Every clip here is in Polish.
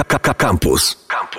Campus.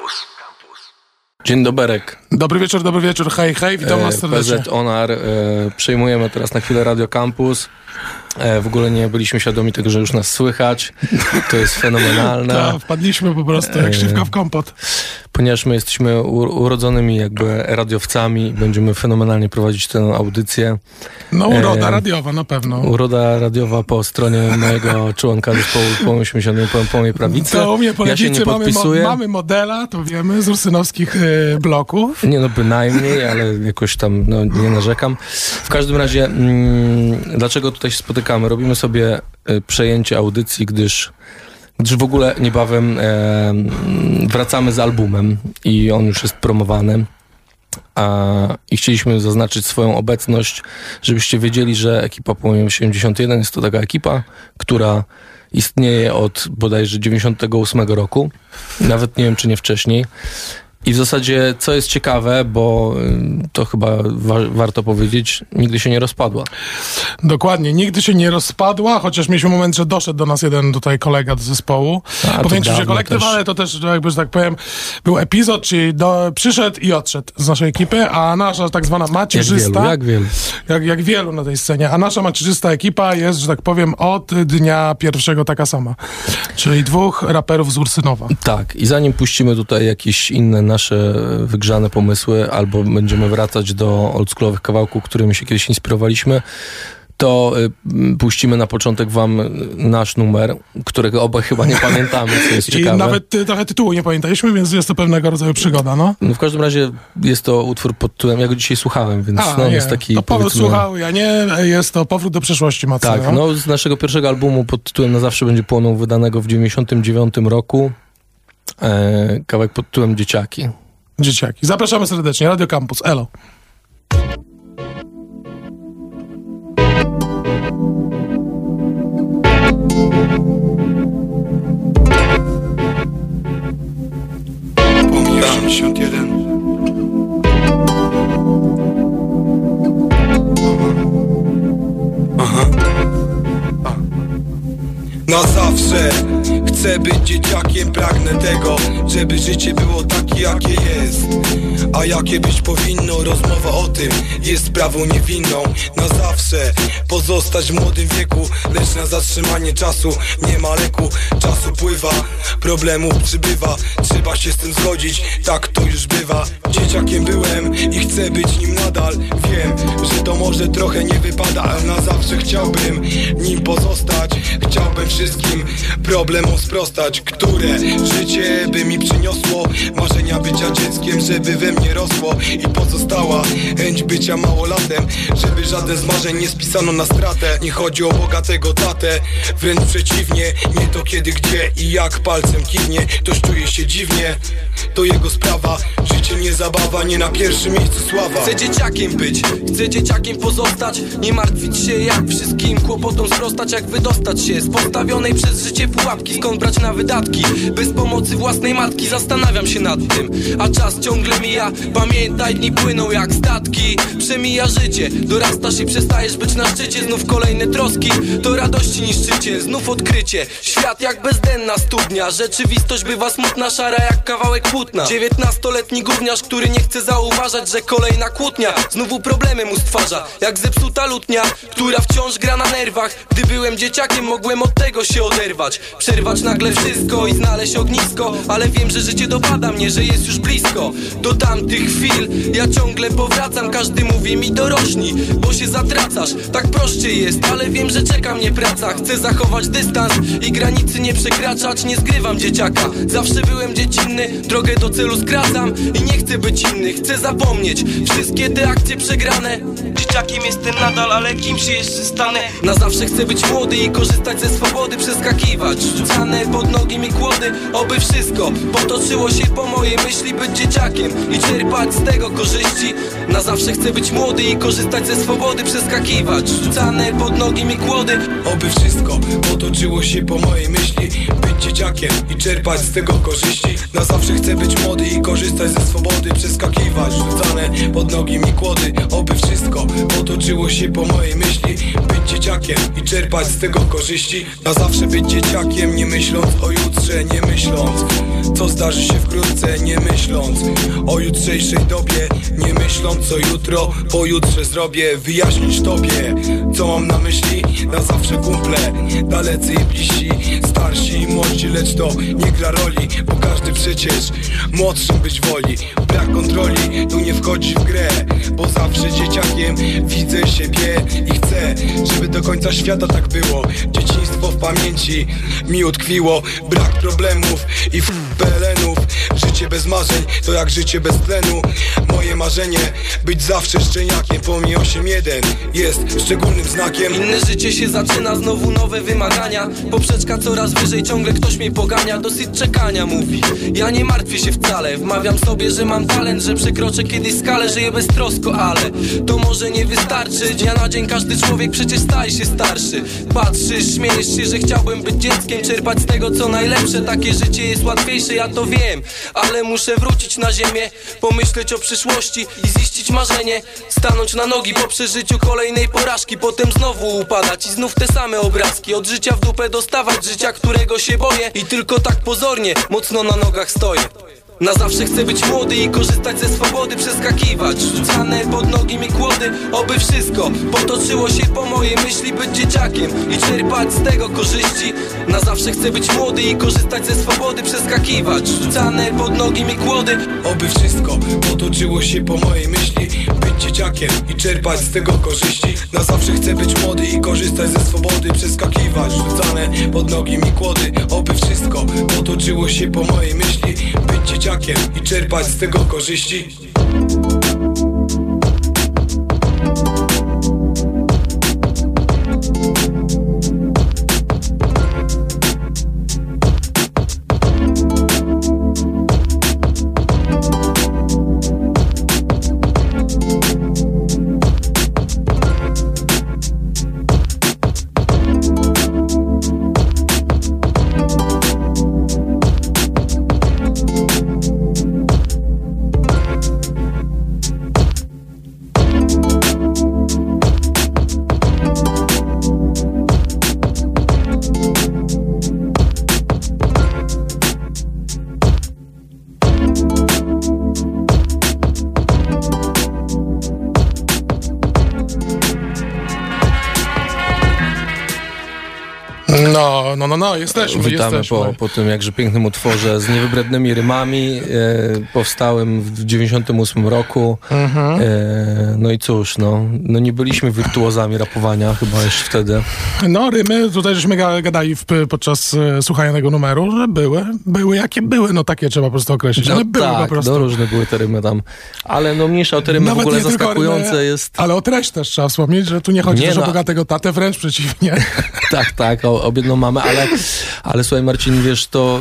Dzień doberek. Dobry wieczór, hej, witam was serdecznie. PZ Onar, przejmujemy teraz na chwilę Radio Campus. W ogóle nie byliśmy świadomi tego, że już nas słychać. To jest fenomenalne. Tak, wpadliśmy po prostu jak śliwka w kompot. Ponieważ my jesteśmy urodzonymi jakby radiowcami, będziemy fenomenalnie prowadzić tę audycję. No uroda radiowa na pewno. Uroda radiowa po stronie mojego członka zespołu Pomyśl Siadłem po mojej prawicy. To u mnie po ja się nie podpisuję. mamy modela, to wiemy, z ursynowskich bloków. Nie no, bynajmniej, ale jakoś tam nie narzekam. W każdym razie, dlaczego tutaj się spotykamy? Robimy sobie przejęcie audycji, gdyż w ogóle niebawem wracamy z albumem i on już jest promowany. I chcieliśmy zaznaczyć swoją obecność, żebyście wiedzieli, że ekipa Płomień 71 jest to taka ekipa, która istnieje od bodajże 98 roku. Nawet nie wiem, czy nie wcześniej. I w zasadzie, co jest ciekawe, bo to chyba warto powiedzieć, nigdy się nie rozpadła. Dokładnie, nigdy się nie rozpadła, chociaż mieliśmy moment, że doszedł do nas jeden tutaj kolega do zespołu. Powiększył się kolektyw, ale to też, jakby, że tak powiem, był epizod, czyli przyszedł i odszedł z naszej ekipy, a nasza tak zwana macierzysta... Jak wielu. Jak wielu na tej scenie. A nasza macierzysta ekipa jest, że tak powiem, od dnia pierwszego taka sama. Czyli 2 raperów z Ursynowa. Tak, i zanim puścimy tutaj jakieś inne nasze wygrzane pomysły, albo będziemy wracać do oldschoolowych kawałków, którymi się kiedyś inspirowaliśmy, to puścimy na początek wam nasz numer, którego obaj chyba nie pamiętamy, co jest ciekawe. I nawet trochę tytułu nie pamiętaliśmy, więc jest to pewnego rodzaju przygoda, no. No w każdym razie jest to utwór pod tytułem, ja go dzisiaj słuchałem, więc jest taki... To Paweł słuchał, ja nie, jest to powrót do przeszłości mocno. Tak, no z naszego pierwszego albumu pod tytułem Na zawsze będzie płonął, wydanego w 99 roku. Kawałek pod tytułem Dzieciaki. Zapraszamy serdecznie. Radio Campus. Elo. Pomija 81. Aha. Na zawsze chcę być dzieciakiem, pragnę tego, żeby życie było takie, jakie jest, a jakie być powinno. Rozmowa o tym jest sprawą niewinną. Na zawsze pozostać w młodym wieku, lecz na zatrzymanie czasu nie ma leku. Czasu pływa, problemów przybywa, trzeba się z tym zgodzić, tak to już bywa. Dzieciakiem byłem i chcę być nim nadal. Wiem, że to może trochę nie wypada, ale na zawsze chciałbym nim pozostać. Chciałbym wszystkim problemom sprostać, które życie by mi przyniosło. Marzenia bycia dzieckiem, żeby we mnie rosło i pozostała chęć bycia małolatem, żeby żaden z marzeń nie spisano na stratę. Nie chodzi o bogatego tatę, wręcz przeciwnie. Nie to kiedy, gdzie i jak palcem kiwnie, ktoś czuje się dziwnie, to jego sprawa. Życie nie zabawa, nie na pierwszym miejscu sława. Chcę dzieciakiem być, chcę dzieciakiem pozostać. Nie martwić się, jak wszystkim kłopotom sprostać. Jak wydostać się z postawionej przez życie pułapki. Skąd brać na wydatki, bez pomocy własnej matki. Zastanawiam się nad tym, a czas ciągle mija. Pamiętaj, dni płyną jak statki. Przemija życie, dorastasz i przestajesz być na szczycie. Znów kolejne troski, to radości niszczyciel. Znów odkrycie, świat jak bezdenna studnia. Rzeczywistość bywa smutna, szara jak kawałek płótna. 19-letni gówniarz, który nie chce zauważać, że kolejna kłótnia znowu problemy mu stwarza. Jak zepsuta lutnia, która wciąż gra na nerwach. Gdy byłem dzieciakiem, mogłem od tego się oderwać. Przerwać nagle wszystko i znaleźć ognisko. Ale wiem, że życie dopada mnie, że jest już blisko. Do tamtych chwil ja ciągle powracam. Każdy mówi mi dorośnij, bo się zatracasz. Tak prościej jest, ale wiem, że czeka mnie praca. Chcę zachować dystans i granicy nie przekraczać. Nie zgrywam dzieciaka, zawsze byłem dziecinny. Drogę do celu skracam i nie chcę być inny. Chcę zapomnieć wszystkie te akcje przegrane. Dzieciakiem jestem nadal, ale kim się jeszcze stanę? Na zawsze chcę być młody i korzystać ze swobody. Przeskakiwać rzucane pod nogi mi kłody. Oby wszystko potoczyło się po mojej myśli. myśli, być dzieciakiem i czerpać z tego korzyści. Na zawsze chcę być młody i korzystać ze swobody, przeskakiwać rzucane pod nogi mi kłody. Oby wszystko potoczyło się po mojej myśli, być dzieciakiem i czerpać z tego korzyści. Na zawsze chcę być młody i korzystać ze swobody, przeskakiwać rzucane pod nogi mi kłody. Oby wszystko potoczyło się po mojej myśli, być dzieciakiem i czerpać z tego korzyści. Na zawsze być dzieciakiem, nie myśląc o jutrze, nie myśląc co zdarzy się wkrótce, nie myśląc o jutrzejszej dobie, nie myśląc co jutro, pojutrze zrobię. Wyjaśnić tobie, co mam na myśli. Na zawsze kumple, dalecy i bliżsi, starsi i młodsi, lecz to nie gra roli, bo każdy przecież młodszym być woli. Brak kontroli tu nie wchodzi w grę, bo zawsze dzieciakiem widzę siebie i chcę, żeby do końca świata tak było. Dzieciństwo w pamięci mi utkwiło, brak problemów i PLN-ów. Życie bez marzeń to jak życie bez tlenu. Moje marzenie, być zawsze szczeniakiem. Pomij 8-1 jest szczególnym znakiem. Inne życie się zaczyna, znowu nowe wymagania. Poprzeczka coraz wyżej, ciągle ktoś mnie pogania. Dosyć czekania, mówi, ja nie martwię się wcale. Wmawiam sobie, że mam talent, że przekroczę kiedyś skalę. Żyję beztrosko, ale to może nie wystarczy. Dnia na dzień każdy człowiek przecież staje się starszy. Patrzysz, śmiejesz się, że chciałbym być dzieckiem, czerpać z tego co najlepsze. Takie życie jest łatwiejsze, ja to wiem, ale muszę wrócić na ziemię, pomyśleć o przyszłości i ziścić marzenie. Stanąć na nogi po przeżyciu kolejnej porażki, potem znowu upadać i znów te same obrazki. Od życia w dupę dostawać, życia którego się boję i tylko tak pozornie, mocno na nogach stoję. Na zawsze chcę być młody i korzystać ze swobody, przeskakiwać rzucane pod nogi mi kłody. Oby wszystko potoczyło się po mojej myśli, być dzieciakiem i czerpać z tego korzyści. Na zawsze chcę być młody i korzystać ze swobody, przeskakiwać rzucane pod nogi mi kłody. Oby wszystko potoczyło się po mojej myśli, być dzieciakiem i czerpać z tego korzyści. Na zawsze chcę być młody i korzystać ze swobody, przeskakiwać rzucane pod nogi mi kłody. Oby wszystko potoczyło się po mojej myśli, być dzieciakiem i czerpać z tego korzyści. No, jesteśmy. Witamy po tym jakże pięknym utworze z niewybrednymi rymami, powstałym w 98 roku. No i cóż, no nie byliśmy wirtuozami rapowania chyba jeszcze wtedy. No, rymy, tutaj żeśmy gadali podczas słuchania tego numeru, że były jakie były, no takie trzeba po prostu określić, ale były tak, po prostu. No różne były te rymy tam, ale no mniejsza o te rymy, nawet w ogóle zaskakujące rymy, jest. Ale o treść też trzeba wspomnieć, że tu nie chodzi też o bogatego tatę, wręcz przeciwnie. Tak, o biedną mamę, ale słuchaj Marcin, wiesz, to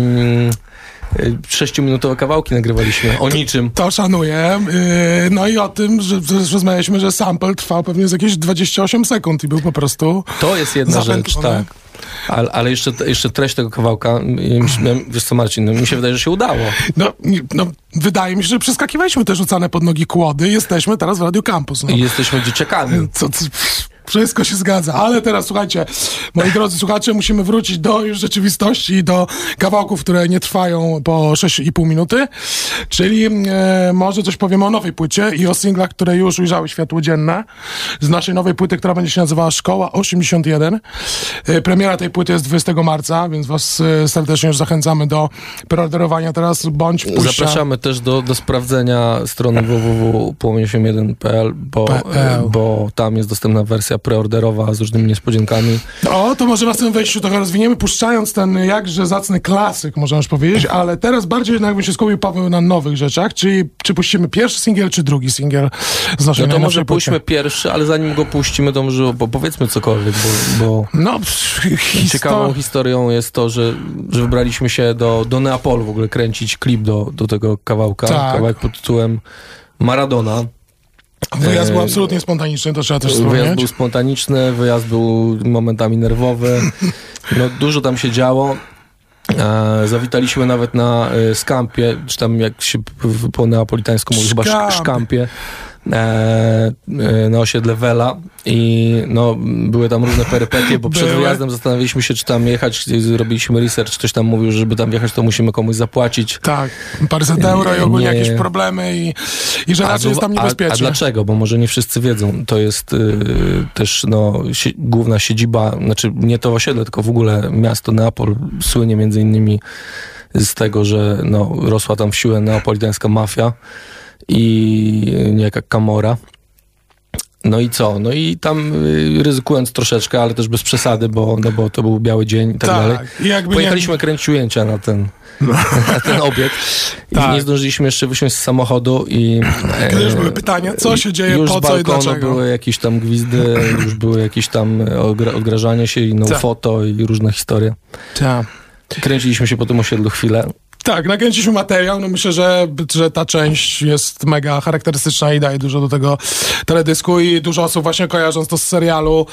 6-minutowe kawałki nagrywaliśmy, o niczym. To szanuję. No i o tym, że rozmawialiśmy, że sample trwał pewnie z jakieś 28 sekund i był po prostu to jest jedna rzecz, tak. Ale jeszcze treść tego kawałka, wiesz co Marcin, mi się wydaje, że się udało. No wydaje mi się, że przeskakiwaliśmy te rzucane pod nogi kłody. Jesteśmy teraz w Radio Campus. I jesteśmy dzieciakami. Wszystko się zgadza, ale teraz słuchajcie, moi drodzy słuchacze, musimy wrócić do już rzeczywistości i do kawałków, które nie trwają po 6,5 minuty, czyli może coś powiemy o nowej płycie i o singlach, które już ujrzały światło dzienne z naszej nowej płyty, która będzie się nazywała Szkoła 81. Premiera tej płyty jest 20 marca, więc was serdecznie już zachęcamy do preorderowania teraz, bądź puszcza. Zapraszamy też do sprawdzenia strony www.płomień81.pl, bo tam jest dostępna wersja wersja preorderowa z różnymi niespodziankami. O, to może w następnym wejściu trochę rozwiniemy, puszczając ten jakże zacny klasyk, można już powiedzieć, ale teraz bardziej jednak bym się skupił, Paweł, na nowych rzeczach. Czyli czy puścimy pierwszy singiel, czy drugi singiel z naszej No to może puśćmy pierwszy, ale zanim go puścimy, to może powiedzmy cokolwiek, bo no, ciekawą historią jest to, że wybraliśmy się do Neapolu w ogóle kręcić klip do tego kawałka. Tak. Kawałek pod tytułem Maradona. Wyjazd był absolutnie spontaniczny, to trzeba też wspomnieć. Wyjazd był spontaniczny, wyjazd był momentami nerwowy. No, dużo tam się działo. Zawitaliśmy nawet na Skampie, czy tam jak się po neapolitańsku mówi, chyba Szkampie, na osiedle Vela i no, były tam różne perypetie, bo przed wyjazdem zastanawialiśmy się, czy tam jechać, zrobiliśmy research, ktoś tam mówił, że żeby tam jechać, to musimy komuś zapłacić. Tak, paręset euro i ogólnie jakieś problemy i że raczej jest tam niebezpiecznie. A dlaczego? Bo może nie wszyscy wiedzą, to jest też no, główna siedziba, znaczy nie to osiedle, tylko w ogóle miasto Neapol słynie między innymi z tego, że no, rosła tam w siłę neapolitańska mafia i niejaka Camorra. No i co? No i tam ryzykując troszeczkę, ale też bez przesady, bo to był biały dzień i tak dalej. Pojechaliśmy kręcić ujęcia na ten obiekt i nie zdążyliśmy jeszcze wysiąść z samochodu i już były pytania, co się dzieje, po co i dlaczego. Były jakieś tam gwizdy, już były jakieś tam odgrażanie się i foto i różne historie. Tak. Kręciliśmy się po tym osiedlu chwilę. Tak, nakręciliśmy materiał, no myślę, że ta część jest mega charakterystyczna i daje dużo do tego teledysku i dużo osób właśnie kojarząc to z serialu,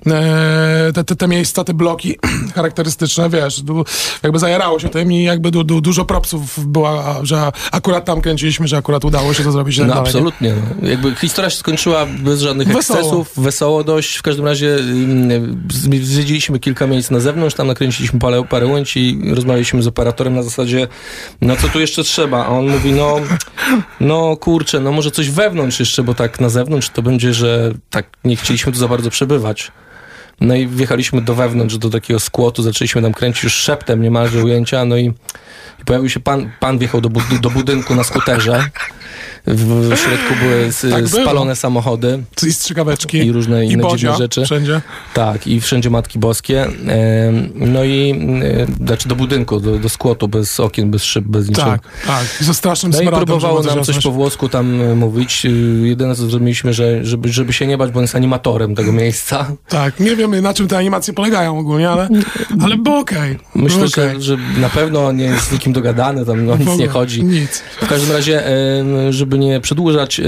te miejsca, te bloki charakterystyczne, wiesz, jakby zajarało się tym i jakby dużo propsów była, że akurat tam kręciliśmy, że akurat udało się to zrobić. No dalej, absolutnie. No. Jakby historia się skończyła bez żadnych ekscesów, wesoło dość. W każdym razie zwiedziliśmy kilka miejsc na zewnątrz, tam nakręciliśmy parę ujęć i rozmawialiśmy z operatorem na zasadzie, no co tu jeszcze trzeba? A on mówi, no kurczę, no może coś wewnątrz jeszcze, bo tak na zewnątrz to będzie, że tak nie chcieliśmy tu za bardzo przebywać. No i wjechaliśmy do wewnątrz, do takiego skłotu, zaczęliśmy tam kręcić już szeptem niemalże ujęcia, no i pojawił się pan wjechał do budynku na skuterze. W środku były spalone samochody. I strzykaweczki. I różne inne dziwne rzeczy. Wszędzie. Tak, i wszędzie Matki Boskie. No i znaczy do budynku, do skłotu, bez okien, bez szyb, bez niczego. Tak. I ze strasznym smrodem. No i próbowało nam coś po włosku tam mówić. Jedyne co zrobiliśmy, żeby się nie bać, bo on jest animatorem tego miejsca. Tak, nie wiemy na czym te animacje polegają ogólnie, ale było okej. Myślę, że na pewno nie jest z nikim dogadany, tam o nic nie chodzi. Nic. W każdym razie, żeby nie przedłużać,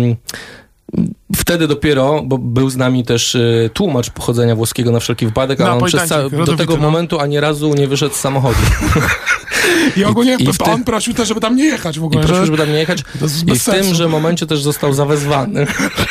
wtedy dopiero, bo był z nami też tłumacz pochodzenia włoskiego na wszelki wypadek, ale on do tego momentu ani razu nie wyszedł z samochodu. I ogólnie on prosił też, żeby tam nie jechać w ogóle. I prosił, żeby tam nie jechać. I w tymże momencie też został zawezwany.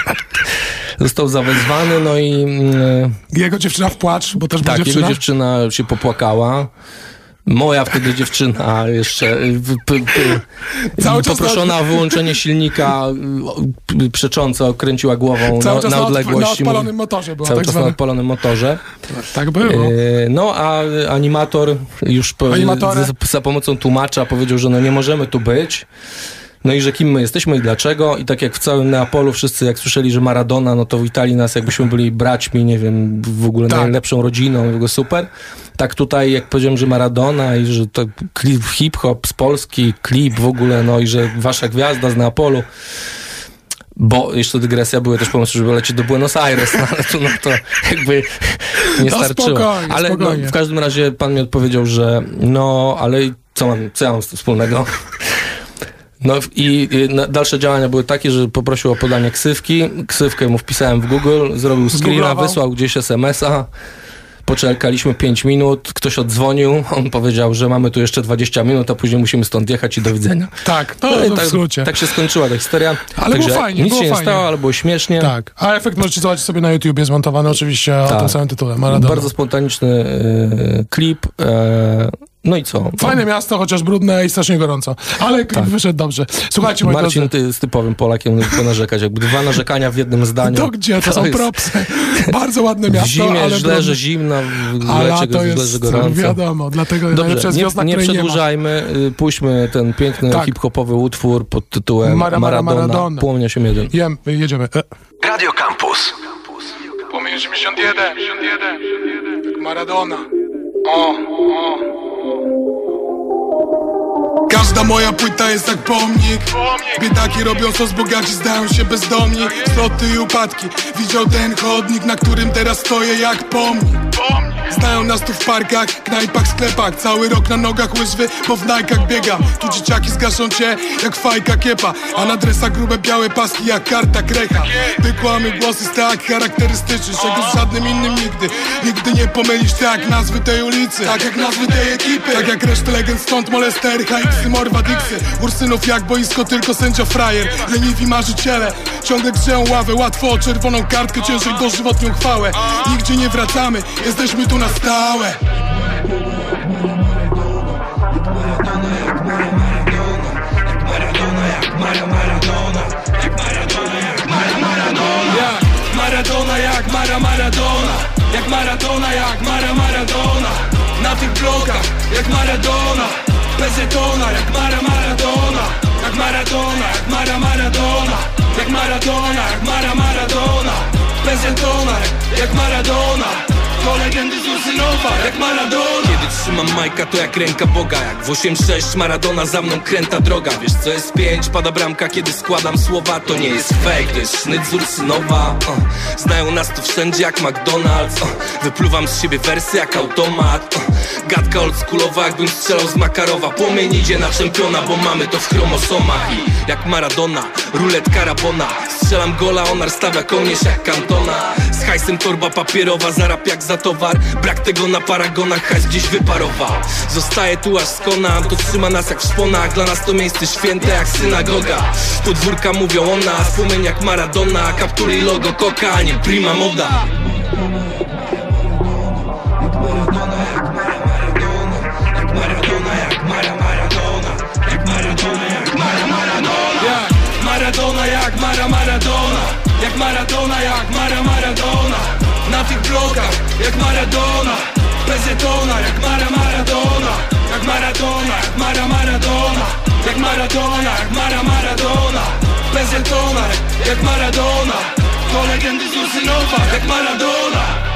No i... Jego dziewczyna w płacz, bo też była dziewczyna? Tak, jego dziewczyna się popłakała. Moja wtedy dziewczyna jeszcze poproszona o wyłączenie silnika, przecząco kręciła głową na odległość. Na odpalonym motorze była. Cały czas na odpalonym motorze. Tak było. No a animator już za pomocą tłumacza powiedział, że no nie możemy tu być. No i że kim my jesteśmy i dlaczego. I tak jak w całym Neapolu wszyscy jak słyszeli, że Maradona, no to witali nas jakbyśmy byli braćmi, nie wiem, w ogóle najlepszą rodziną, w ogóle super. Tak tutaj jak powiedziałem, że Maradona i że to klip hip-hop z Polski, klip w ogóle, no i że wasza gwiazda z Neapolu. Bo jeszcze dygresja, były też pomysły, żeby lecieć do Buenos Aires, no, ale to jakby nie starczyło. Spokojnie. No, w każdym razie pan mi odpowiedział, że no, ale co ja mam z tym wspólnego? No i dalsze działania były takie, że poprosił o podanie ksywki. Ksywkę mu wpisałem w Google, zrobił screena, wysłał gdzieś SMS-a. Poczekaliśmy 5 minut, ktoś odzwonił, on powiedział, że mamy tu jeszcze 20 minut, a później musimy stąd jechać i do widzenia. Tak, to w skrócie. Tak się skończyła ta historia. Ale także było fajnie, nic się nie stało, ale było śmiesznie. Tak, a efekt możecie zobaczyć sobie na YouTubie zmontowany oczywiście o tym samym tytule. Maradona. Bardzo spontaniczny klip. No i co? Fajne miasto, chociaż brudne i strasznie gorąco. Ale klip wyszedł dobrze. Słuchajcie, moi drodzy. Marcin, ty z typowym Polakiem ponarzekać. Jakby 2 narzekania w jednym zdaniu. To gdzie? To są propsy. Bardzo ładne miasto, w zimie ale źle, że zimno, w lecie źle, że gorąco. Wiadomo, dlatego dobrze, nie przedłużajmy. Puśćmy ten piękny hip-hopowy utwór pod tytułem Maradona. Płomień 8.1. Jedziemy. Radio Campus. 91. Jak Maradona. Każda moja płyta jest jak pomnik. Biedaki robią sos, bogaci zdają się bezdomni. Zwroty i upadki. Widział ten chodnik, na którym teraz stoję jak pomnik. Znają nas tu w parkach, knajpach, sklepach. Cały rok na nogach łyżwy, bo w najkach biegam. Tu dzieciaki zgaszą cię jak fajka kiepa, a na dresach grube białe paski jak karta krecha. Wykłamy głosy tak charakterystyczny, czego z żadnym innym nigdy. Nigdy nie pomylisz tak nazwy tej ulicy, tak jak nazwy tej ekipy, tak jak resztę legend, stąd molester, HX-y, Morwa, Dixy. Ursynów jak boisko, tylko sędzia frajer. Leniwi marzyciele, ciągle grzeją ławę. Łatwo o czerwoną kartkę, ciężej dożywotnią chwałę. Nigdzie nie wracamy, jesteśmy tu na stałe. Maradona jak Maradona. Jak Maradona, jak Maradona. Na tych blokach jak Maradona. Pezetona jak Maradona. Jak Maradona, jak Maradona. Jak Maradona, jak Maradona. Pezetona jak Maradona. To legendy z Ursynowa, jak Maradona. Kiedy trzymam majka, to jak ręka Boga. Jak w 8-6 Maradona za mną kręta droga. Wiesz co jest 5, pada bramka, kiedy składam słowa. To nie jest fake, to jest sznyt z Ursynowa. Znają nas tu wszędzie jak McDonald's. Wypluwam z siebie wersy jak automat. Gadka oldschoolowa, jakbym strzelał z Makarowa. Płomień idzie na czempiona, bo mamy to w chromosomach. I jak Maradona, ruletka Rabona. Strzelam gola, onar stawia kołnierz jak Cantona. Z hajsem torba papierowa, zarab jak za towar. Brak tego na paragonach, hajs gdzieś wyparował. Zostaje tu aż skonam, to trzyma nas jak w szponach. Dla nas to miejsce święte jak synagoga. Podwórka mówią o nas, płomień jak Maradona. Kaptury i logo Coca, a nie prima moda. Maradona jak Maradona. Jak Maradona, jak Maradona. Na tych blokach jak Maradona. Pezetona jak Maradona. Jak Maradona, jak Maradona. Jak Maradona, jak Maradona. Pezetona jak Maradona. To legendy z Ursynowa, jak Maradona.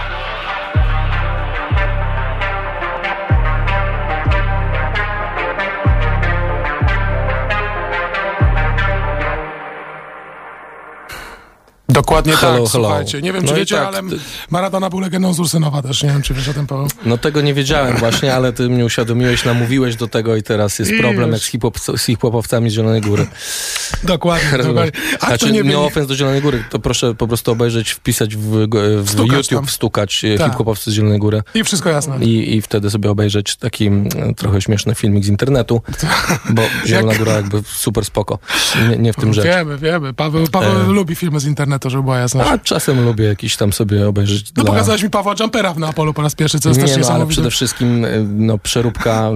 Dokładnie tak, słuchajcie. Nie wiem, czy wiecie, ale Maradona był legendą z Ursynowa też. Nie wiem, czy wiesz o tym, Paweł. No tego nie wiedziałem właśnie, ale ty mnie uświadomiłeś, namówiłeś do tego i teraz jest problem jak z hip-hopowcami z Zielonej Góry. Dokładnie. Znaczy, nie ofens do Zielonej Góry, to proszę po prostu obejrzeć, wpisać w YouTube, wstukać hip-hopowcy z Zielonej Góry. I wszystko jasne. I wtedy sobie obejrzeć taki trochę śmieszny filmik z internetu, bo Zielona Góra jakby super spoko. Nie w tym rzecz. Wiemy. Paweł lubi filmy z internetu, żeby była jasność. A czasem lubię jakiś tam sobie obejrzeć. No pokazałeś mi Pawła Jumpera w Neapolu po raz pierwszy, co jest też niesamowite. Ale przede wszystkim przeróbka...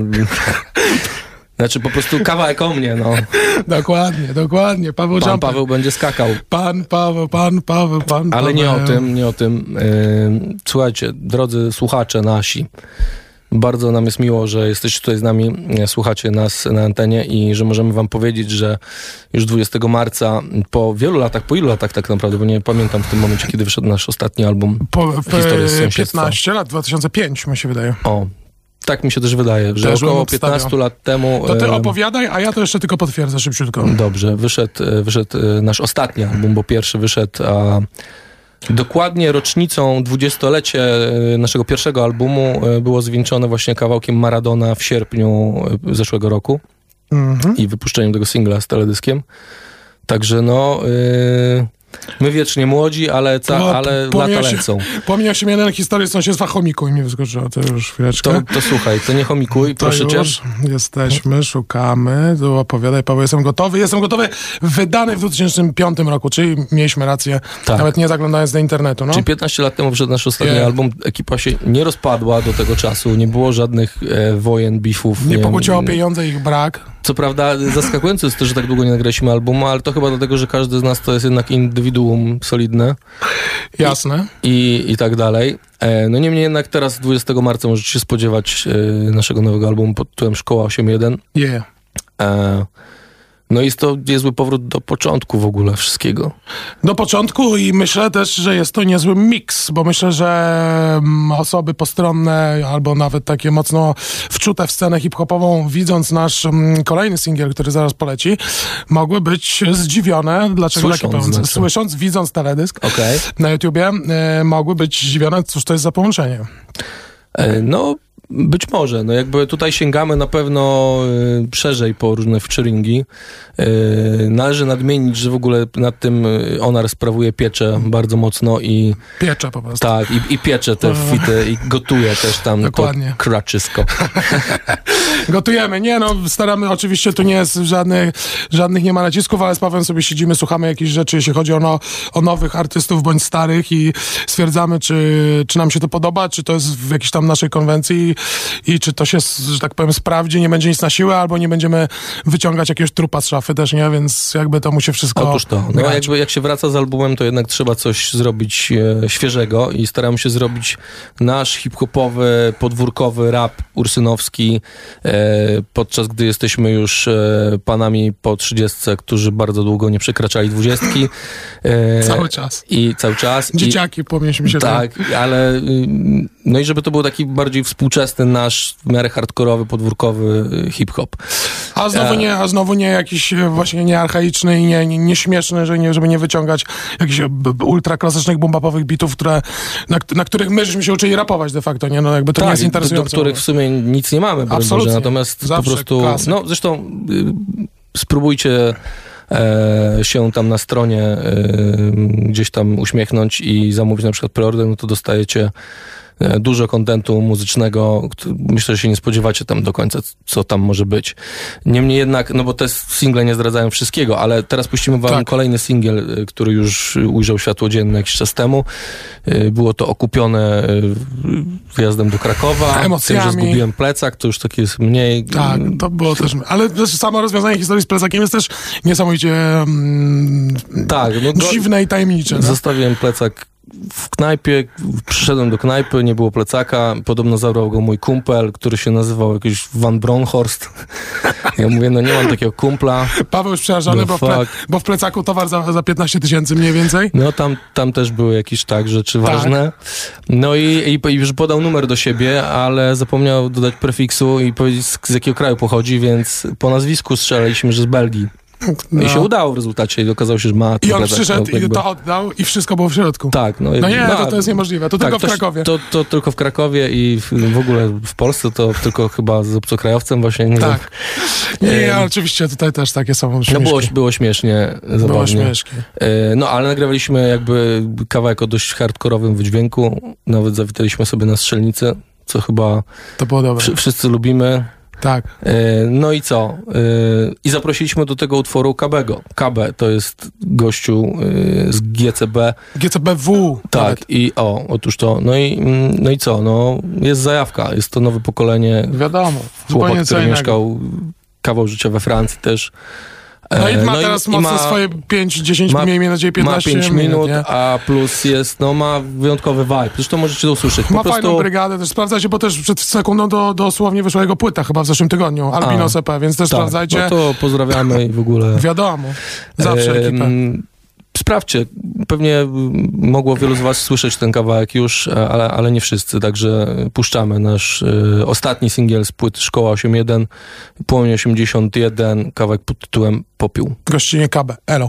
Znaczy po prostu kawałek o mnie, no. Dokładnie. Paweł Jumper. Paweł będzie skakał. Pan Paweł. Ale nie o tym. Słuchajcie, drodzy słuchacze nasi, bardzo nam jest miło, że jesteście tutaj z nami, słuchacie nas na antenie i że możemy wam powiedzieć, że już 20 marca, po wielu latach, po ilu latach tak naprawdę, bo nie pamiętam w tym momencie, kiedy wyszedł nasz ostatni album w historii sąsiedztwa. 15 lat, 2005 mi się wydaje. O, tak mi się też wydaje, że też około 15 lat temu... To ty opowiadaj, a ja to jeszcze tylko potwierdzę szybciutko. Dobrze, wyszedł nasz ostatni album, bo pierwszy wyszedł... Dokładnie rocznicą 20-lecie naszego pierwszego albumu było zwieńczone właśnie kawałkiem Maradona w sierpniu zeszłego roku i wypuszczeniem tego singla z teledyskiem. Także my wiecznie młodzi, ale lata lecą. Pomniał się jeden historię z sąsiedztwa chomiku i mi wyskoczyło, to już chwileczkę. To słuchaj, to nie chomikuj, proszę cię. Jesteśmy, szukamy, tu opowiadaj, Paweł, jestem gotowy, wydany w 2005 roku, czyli mieliśmy rację, nawet nie zaglądając do internetu. No. Czyli 15 lat temu wyszedł nasz ostatni album, ekipa się nie rozpadła do tego czasu, nie było żadnych wojen, beefów. Nie pokłóciło o pieniądze, ich brak. Co prawda zaskakujące jest to, że tak długo nie nagraliśmy albumu, ale to chyba dlatego, że każdy z nas to jest jednak indywiduum solidne. Jasne. I tak dalej. No niemniej jednak teraz 20 marca możecie się spodziewać naszego nowego albumu pod tytułem Szkoła 8.1. Yeah. No jest to niezły powrót do początku w ogóle wszystkiego. Do początku i myślę też, że jest to niezły miks, bo myślę, że osoby postronne albo nawet takie mocno wczute w scenę hip-hopową, widząc nasz kolejny singiel, który zaraz poleci, mogły być zdziwione, dlaczego taki pełen. Słysząc, widząc teledysk na YouTubie, mogły być zdziwione, cóż to jest za połączenie. No, być może. No jakby tutaj sięgamy na pewno szerzej po różne featuringi. Należy nadmienić, że w ogóle nad tym Onar sprawuje pieczę bardzo mocno i... Piecze po prostu. Tak, i piecze te fity i gotuje też tam. Dokładnie. To kraczysko. Gotujemy. Nie no, staramy, oczywiście tu nie jest żadnych nie ma nacisków, ale z Pawłem sobie siedzimy, słuchamy jakichś rzeczy, jeśli chodzi o nowych artystów bądź starych i stwierdzamy, czy nam się to podoba, czy to jest w jakiejś tam naszej konwencji i czy to się, że tak powiem, sprawdzi, nie będzie nic na siłę, albo nie będziemy wyciągać jakiegoś trupa z szafy też, nie? Więc jakby to musi wszystko... Otóż to. No jakby jak się wraca z albumem, to jednak trzeba coś zrobić świeżego i staramy się zrobić nasz hip-hopowy, podwórkowy rap ursynowski, podczas gdy jesteśmy już panami po 30, którzy bardzo długo nie przekraczali 20. Cały czas. I cały czas. Dzieciaki, powinniśmy się... Tak, ale... No i żeby to był taki bardziej współczesny nasz, w miarę hardkorowy, podwórkowy hip-hop. A znowu nie jakiś właśnie nie archaiczny i nie śmieszny, żeby nie wyciągać jakichś ultraklasycznych bumbapowych bitów, na których my żeśmy się uczyli rapować de facto, nie? No jakby to nie jest interesujące. Do których w sumie nic nie mamy. Absolutnie. Natomiast zawsze po prostu... klasyk. No zresztą spróbujcie się tam na stronie gdzieś tam uśmiechnąć i zamówić na przykład preorder, no to dostajecie dużo kontentu muzycznego. Myślę, że się nie spodziewacie tam do końca, co tam może być. Niemniej jednak, no bo te single nie zdradzają wszystkiego, ale teraz puścimy wam kolejny singiel, który już ujrzał światło dzienne jakiś czas temu. Było to okupione wyjazdem do Krakowa. Emocjami. Tym, że zgubiłem plecak, to już taki jest mniej... Tak, to było też... Ale samo rozwiązanie historii z plecakiem jest też niesamowicie dziwne i tajemnicze. No? Zostawiłem plecak w knajpie, przyszedłem do knajpy, nie było plecaka, podobno zabrał go mój kumpel, który się nazywał jakiś Van Bronhorst. Ja mówię, no nie mam takiego kumpla. Paweł już przerażony, bo w plecaku towar za 15 000 mniej więcej. No tam też były jakieś rzeczy ważne. No i już podał numer do siebie, ale zapomniał dodać prefiksu i powiedzieć, z jakiego kraju pochodzi, więc po nazwisku strzelaliśmy, że z Belgii. No. I się udało w rezultacie i okazało się, że ma... I on przyszedł i to oddał i wszystko było w środku. Tak. To jest niemożliwe. To tylko w Krakowie. To tylko w Krakowie i w ogóle w Polsce to tylko chyba z obcokrajowcem właśnie. Nie tak. Nie, oczywiście tutaj też takie są śmieszki. No było śmiesznie, zabawnie. Było śmieszki. No ale nagrywaliśmy jakby kawałek o dość hardkorowym wydźwięku. Nawet zawitaliśmy sobie na Strzelnicy, co chyba to było dobre. Wszyscy lubimy. Tak. No i co? I zaprosiliśmy do tego utworu Kabego. Kabe to jest gościu z GCB. GCBW. Tak. Nawet. Otóż to. No i co? No jest zajawka. Jest to nowe pokolenie. Wiadomo. Chłopak, który mieszkał kawał życia we Francji też. No i ma teraz mocno swoje 5-10, miejmy nadzieję 15 minut. Ma 5 minut, nie? a plus ma wyjątkowy vibe. Zresztą możecie to usłyszeć. Ma fajną brygadę, też sprawdzajcie, bo też przed sekundą dosłownie wyszła jego płyta, chyba w zeszłym tygodniu, Albinos EP, więc też sprawdzajcie. No to pozdrawiamy i w ogóle... Wiadomo, zawsze ekipę. Sprawdźcie, pewnie mogło wielu z was słyszeć ten kawałek już, ale nie wszyscy, także puszczamy nasz ostatni singiel z płyty Szkoła 8.1, Płomień 81, kawałek pod tytułem Popiół. Gościnie Kabę, elo.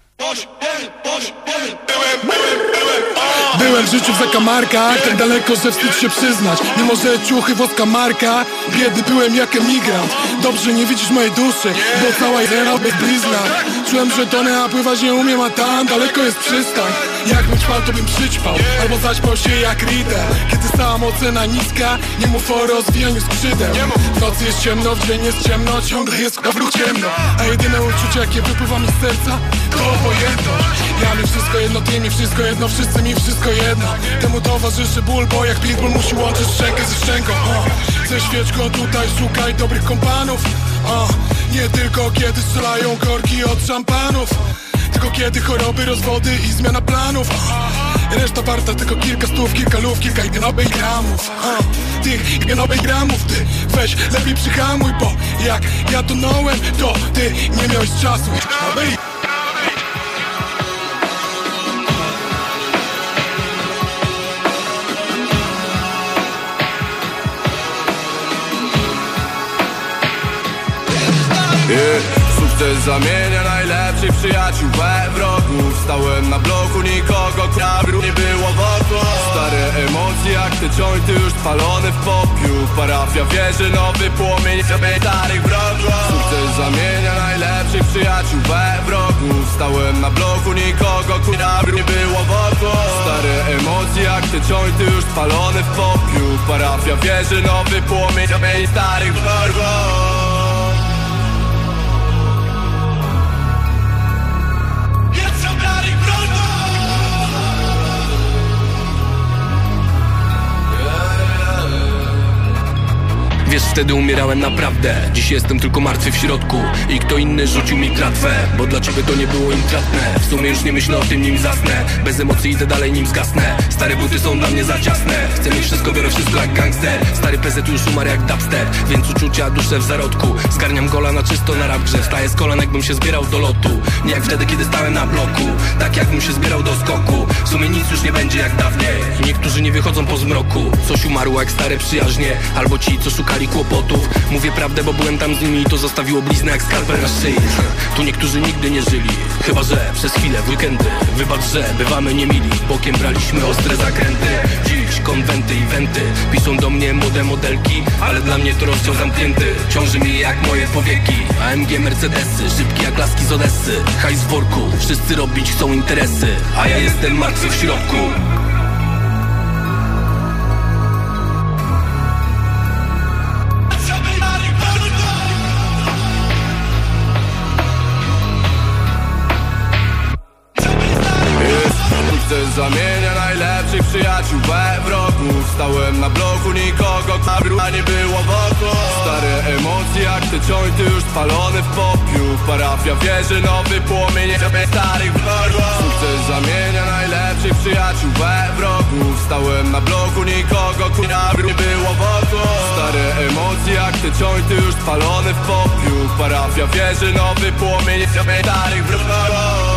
Byłem w życiu w zakamarkach, tak daleko, że wstyd się przyznać. Mimo że ciuchy, włoska marka, biedny byłem jak emigrant. Dobrze nie widzisz mojej duszy, bo cała zera bez blizna. Czułem, że tonę, a pływać nie umiem, a tam daleko jest przystań. Jakbym ćpał, to bym przyćpał, albo zaćpał się jak Riddle. Kiedy samoocena niska, nie mów o rozwijaniu skrzydeł. W nocy jest ciemno, w dzień jest ciemno, ciągle jest wróg ciemno. A jedyne uczucie, jakie wypływa mi z serca, to obojętność. Ja mi wszystko jedno, ty mi wszystko jedno, wszyscy mi wszystko jedno. Temu towarzyszy ból, bo jak pitbull musi łączyć szczękę ze szczęką. Ze świeczką tutaj szukaj dobrych kompanów. Nie tylko kiedy strzelają korki od szampanów, tylko kiedy choroby, rozwody i zmiana planów. Reszta warta tylko kilka stów, kilka luf, kilka genowej gramów. Tych genowej gramów ty weź lepiej przyhamuj, bo jak ja tonąłem, to ty nie miałeś czasu. Sukces zamienia najlepszych przyjaciół we wrogów. Stałem na bloku, nikogo nie było wokół. Stare emocje jak te jointy już spalone w popiół. Parafia wierzy, nowy płomień starych wrogów. Sukces zamienia najlepszych przyjaciół we wrogów. Stałem na bloku, nikogo nie było wokół. Stare emocje jak te jointy już spalone w popiół. Parafia wierzy, nowy płomień starych wrogów. Wiesz, wtedy umierałem naprawdę. Dziś jestem tylko martwy w środku. I kto inny rzucił mi tratwę, bo dla ciebie to nie było intratne. W sumie już nie myślę o tym, nim zasnę. Bez emocji idę dalej, nim zgasnę. Stare buty są dla mnie za ciasne. Chcę mieć wszystko, biorę wszystko jak gangster. Stary PZ już umarł jak dubstep, więc uczucia duszę w zarodku. Zgarniam gola na czysto na rap grze. Wstaję z kolan, jakbym się zbierał do lotu. Nie jak wtedy, kiedy stałem na bloku. Tak jakbym się zbierał do skoku. W sumie nic już nie będzie jak dawniej. Niektórzy nie wychodzą po zmroku. Coś umarło jak stare przyjaźnie. Albo ci, co szukali kłopotów. Mówię prawdę, bo byłem tam z nimi i to zostawiło bliznę jak skalpel na szyi. Tu niektórzy nigdy nie żyli, chyba że przez chwilę w weekendy. Wybacz, że bywamy niemili, bokiem braliśmy ostre zakręty. Dziś konwenty i wenty piszą do mnie młode modelki, ale dla mnie to rozdział zamknięty. Ciąży mi jak moje powieki. AMG Mercedesy, szybkie jak laski z Odessy. Hajs w worku, wszyscy robić chcą interesy, a ja jestem martwy w środku. Zamienia najlepszych przyjaciół we wrogów. Stałem na bloku, nikogo nie było wokół. Stare emocje jak te jointy już spalone w popiół. Parafia wierzy, nowy płomień starych wrogów. Sukces zamienia najlepszych przyjaciół we wrogów. Stałem na bloku, nikogo nie było wokół. Stare emocje jak te jointy już spalone w popiół. Parafia wierzy, nowy płomień starych wrogów.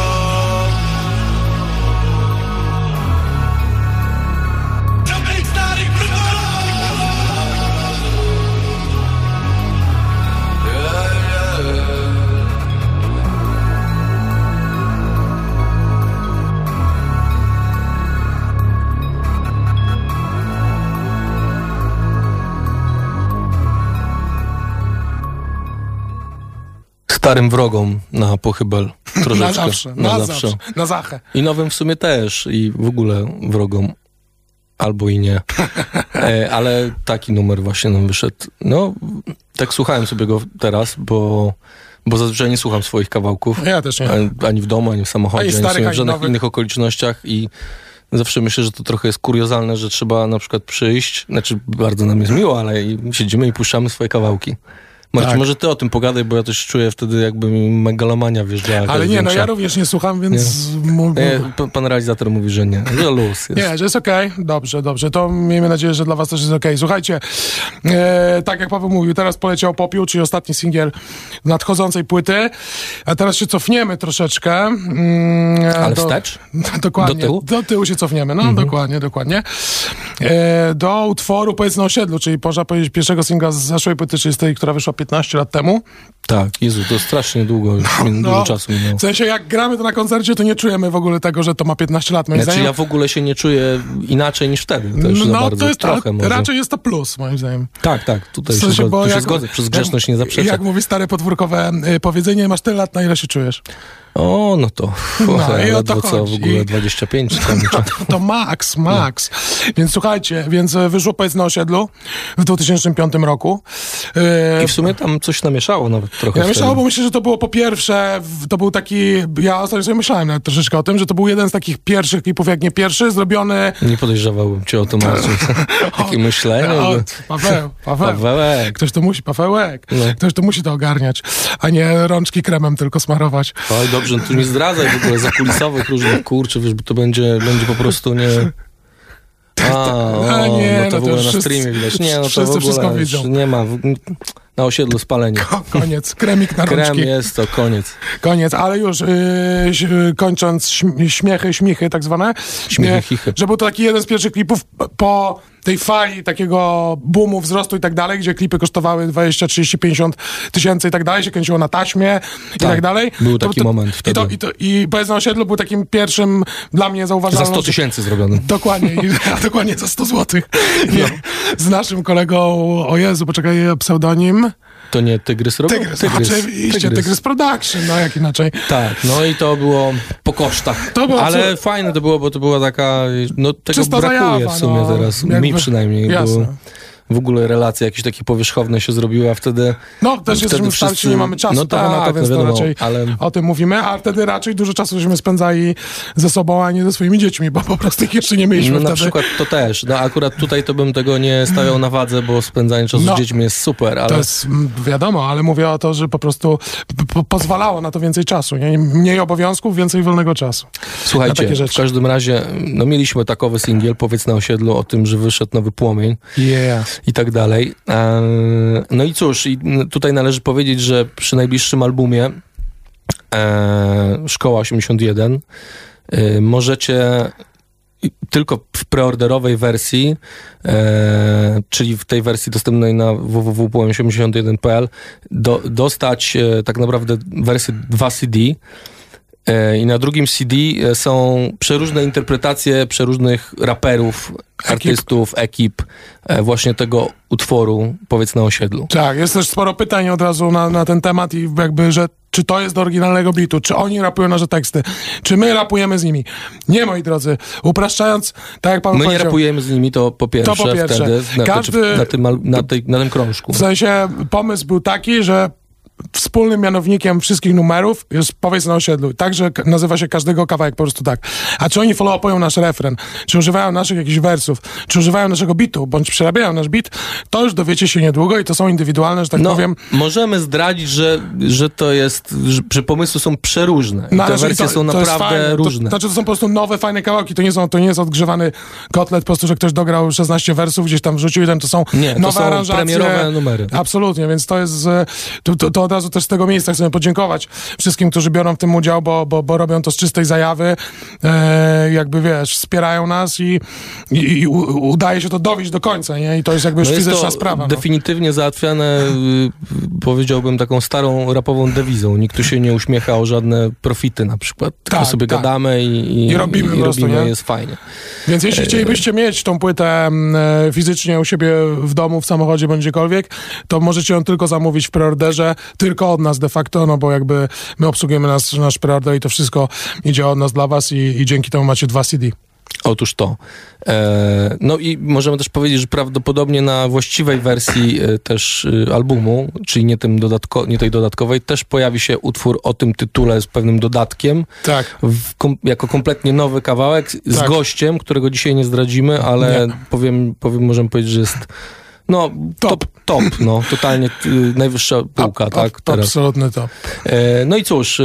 Starym wrogom na pochybel troszeczkę. Na zawsze. Na zachę. I nowym w sumie też. I w ogóle wrogom. Albo i nie. Ale taki numer właśnie nam wyszedł. No, tak słuchałem sobie go teraz, bo zazwyczaj nie słucham swoich kawałków. Ja też nie. Ani w domu, ani w samochodzie, ani w żadnych innych okolicznościach i zawsze myślę, że to trochę jest kuriozalne, że trzeba na przykład przyjść, znaczy bardzo nam jest miło, ale siedzimy i puszczamy swoje kawałki. Marcin, tak. Może ty o tym pogadaj, bo ja też czuję wtedy jakby mi megalomania wjeżdżała. Ale nie, większa. No ja również nie słucham, więc... Pan realizator mówi, że nie, że luz jest. Nie, że jest okej. Dobrze, to miejmy nadzieję, że dla was też jest okej. Słuchajcie, tak jak Paweł mówił, teraz poleciał Popiół, czyli ostatni singiel nadchodzącej płyty, a teraz się cofniemy troszeczkę. Ale wstecz? Dokładnie. Do tyłu? Do tyłu się cofniemy, no dokładnie. Do utworu Powiedz na osiedlu, czyli można powiedzieć pierwszego singla z zeszłej płyty, czyli z tej, która wyszła 15 lat temu. Tak, Jezu, to strasznie długo, dużo czasu minęło. W sensie, jak gramy to na koncercie, to nie czujemy w ogóle tego, że to ma 15 lat. Znaczy, ja w ogóle się nie czuję inaczej niż wtedy. To już za bardzo, to jest trochę może. Raczej jest to plus, moim zdaniem. Tak, tutaj się zgodzę, przez grzeczność nie zaprzeczę. Jak mówi stare podwórkowe powiedzenie, masz tyle lat, na ile się czujesz. O, no to i o to co w ogóle 25. To max. Więc słuchajcie, wyszło Powiedz na osiedlu w 2005 roku. I w sumie tam coś namieszało nawet trochę. Namieszało, bo myślę, że to było po pierwsze, to był taki, ja ostatnio sobie myślałem nawet troszeczkę o tym, że to był jeden z takich pierwszych klipów, jak nie pierwszy, zrobiony... Nie podejrzewałbym cię o to, Marcin. Takie myślenie. Pawełek. Ktoś to musi to ogarniać, a nie rączki kremem tylko smarować. Oj, dobrze, tu nie zdradzaj w ogóle zakulisowych różnych, kurczę, wiesz, bo to będzie po prostu nie... nie, no to w ogóle na wszyscy, streamie widać. Nie, no to wszyscy w ogóle wszystko widzą. nie ma, na osiedlu spalenie. Koniec, kremik na rączki. Krem jest, to koniec. Koniec, ale już kończąc śmiechy tak zwane. Śmiechy, chichy. Że był to taki jeden z pierwszych klipów po tej fali takiego boomu, wzrostu i tak dalej, gdzie klipy kosztowały 20, 30, 50 tysięcy i tak dalej, się kręciło na taśmie i tak dalej. Był taki moment wtedy. I Powiedz na osiedlu był takim pierwszym dla mnie zauważalnym... Za 100 tysięcy zrobiony. Dokładnie, dokładnie za 100 złotych. Z naszym kolegą, o Jezu, poczekaj, pseudonim... To nie Tygrys robił? Oczywiście, Tygrys Production, no jak inaczej. Tak, no i to było po kosztach. Ale fajne to było, bo to była taka, no tego czysta brakuje zajawa, w sumie teraz, mi przynajmniej. Jasne. W ogóle relacje jakieś takie powierzchowne się zrobiły, a wtedy... No, też jesteśmy starsi, nie mamy czasu na to, więc wiadomo, to raczej o tym mówimy, a wtedy raczej dużo czasu żeśmy spędzali ze sobą, a nie ze swoimi dziećmi, bo po prostu ich jeszcze nie mieliśmy wtedy. Na przykład to też. No akurat tutaj to bym tego nie stawiał na wadze, bo spędzanie czasu z dziećmi jest super, ale... To jest wiadomo, ale mówię o to, że po prostu pozwalało na to więcej czasu, nie? Mniej obowiązków, więcej wolnego czasu. Słuchajcie, w każdym razie, no mieliśmy takowy singiel, Powiedz na osiedlu, o tym, że wyszedł nowy płomień i tak dalej. No i cóż, tutaj należy powiedzieć, że przy najbliższym albumie Szkoła 81 możecie tylko w preorderowej wersji, czyli w tej wersji dostępnej na www.płomień81.pl dostać tak naprawdę wersję 2 CD. I na drugim CD są przeróżne interpretacje przeróżnych raperów, artystów, ekip właśnie tego utworu Powiedz na osiedlu. Tak, jest też sporo pytań od razu na ten temat i jakby, że czy to jest do oryginalnego bitu, czy oni rapują nasze teksty, czy my rapujemy z nimi. Nie, moi drodzy, upraszczając, tak jak pan powiedział... My nie rapujemy z nimi, to po pierwsze. Wtedy, na tym krążku. W sensie pomysł był taki, że wspólnym mianownikiem wszystkich numerów jest Powiedz na osiedlu. Także nazywa się każdego kawałek po prostu tak. A czy oni follow-upują nasz refren, czy używają naszych jakichś wersów, czy używają naszego bitu, bądź przerabiają nasz bit, to już dowiecie się niedługo i to są indywidualne, że tak powiem. Możemy zdradzić, że to jest, że pomysły są przeróżne. I te wersje są naprawdę różne. To są po prostu nowe, fajne kawałki. To nie jest odgrzewany kotlet, po prostu, że ktoś dograł 16 wersów, gdzieś tam wrzucił i to są nowe aranżacje. Premierowe numery. Absolutnie, więc to jest... To od razu też z tego miejsca chcemy podziękować wszystkim, którzy biorą w tym udział, bo robią to z czystej zajawy, jakby wiesz, wspierają nas i udaje się to dowieść do końca, nie? I to jest jakby już fizyczna sprawa. Definitywnie załatwiane, powiedziałbym, taką starą rapową dewizą. Nikt tu się nie uśmiecha o żadne profity na przykład. Tylko sobie gadamy i robimy, jest fajnie. Więc jeśli chcielibyście mieć tą płytę fizycznie u siebie w domu, w samochodzie, bądź gdziekolwiek, to możecie ją tylko zamówić w preorderze, tylko od nas de facto, no bo jakby my obsługujemy nasz preorder i to wszystko idzie od nas dla was i dzięki temu macie 2 CD. Otóż to. No i możemy też powiedzieć, że prawdopodobnie na właściwej wersji też albumu, czyli nie tej dodatkowej, też pojawi się utwór o tym tytule z pewnym dodatkiem. Tak. Jako kompletnie nowy kawałek z gościem, którego dzisiaj nie zdradzimy, ale możemy powiedzieć, że jest top, totalnie najwyższa półka, tak? Teraz. Absolutny top. No i cóż,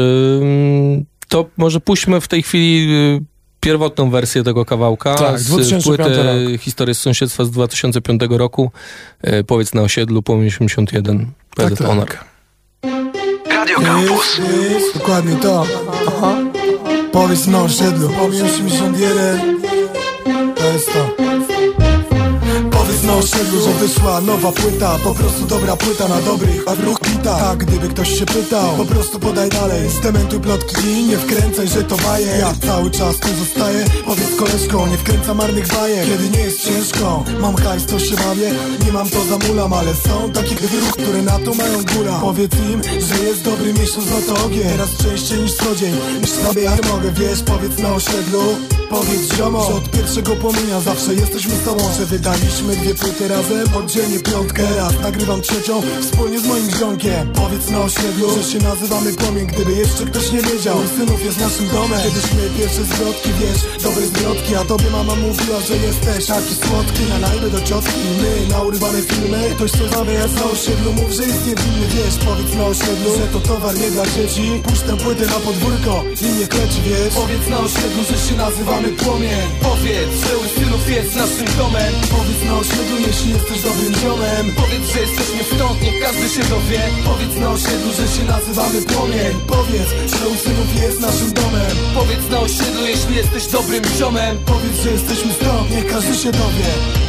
to może puśćmy w tej chwili pierwotną wersję tego kawałka z płyty Historia z sąsiedztwa z 2005 roku. Powiedz na osiedlu, Płomień 81, PZ Honor. Radio Campus. Dokładnie to. Aha. Powiedz na osiedlu, Płomień 81. To jest to. Powiedz na osiedlu, że wyszła nowa płyta, po prostu dobra płyta na dobrych ruch bita. Tak, gdyby ktoś się pytał, po prostu podaj dalej. Stementuj plotki i nie wkręcaj, że to bajer. Ja cały czas tu zostaję, powiedz koleżką, nie wkręcam marnych bajer. Kiedy nie jest ciężko, mam hajs, to się bawię. Nie mam to zamulam, ale są takie ruch, które na to mają gula. Powiedz im, że jest dobry miesiąc, no to ogień. Teraz częściej niż co dzień, niż sobie ja mogę, wiesz, powiedz na osiedlu. Powiedz ziomo, że od pierwszego płomienia zawsze jesteśmy z tobą, że wydaliśmy 2 płyty płytę razem, oddzielnie piątkę. Teraz nagrywam trzecią wspólnie z moim ziomkiem. Powiedz na osiedlu, że się nazywamy Płomień, gdyby jeszcze ktoś nie wiedział. Mój synów jest naszym domem. Kiedyśmy pierwsze zwrotki, wiesz, dobre zwrotki. A tobie mama mówiła, że jesteś taki słodki. Na najby do ciotki, my na urywane filmy. Ktoś coś zawiesz na osiedlu, mów, że jest niewinny, wiesz. Powiedz na osiedlu, że to towar nie dla dzieci. Puść tę płytę na podwórko i nie kleci, wiesz. Powiedz na osiedlu, że się nazywamy Płomień. Powiedz, że Ursynów jest naszym domem. Powiedz na osiedlu, jeśli jesteś dobrym ziomem. Powiedz, że jesteśmy stąd, niech każdy się dowie. Powiedz na osiedlu, że się nazywamy Płomień. Powiedz, że Ursynów jest naszym domem. Powiedz na osiedlu, jeśli jesteś dobrym ziomem. Powiedz, że jesteśmy stąd, niech każdy się dowie.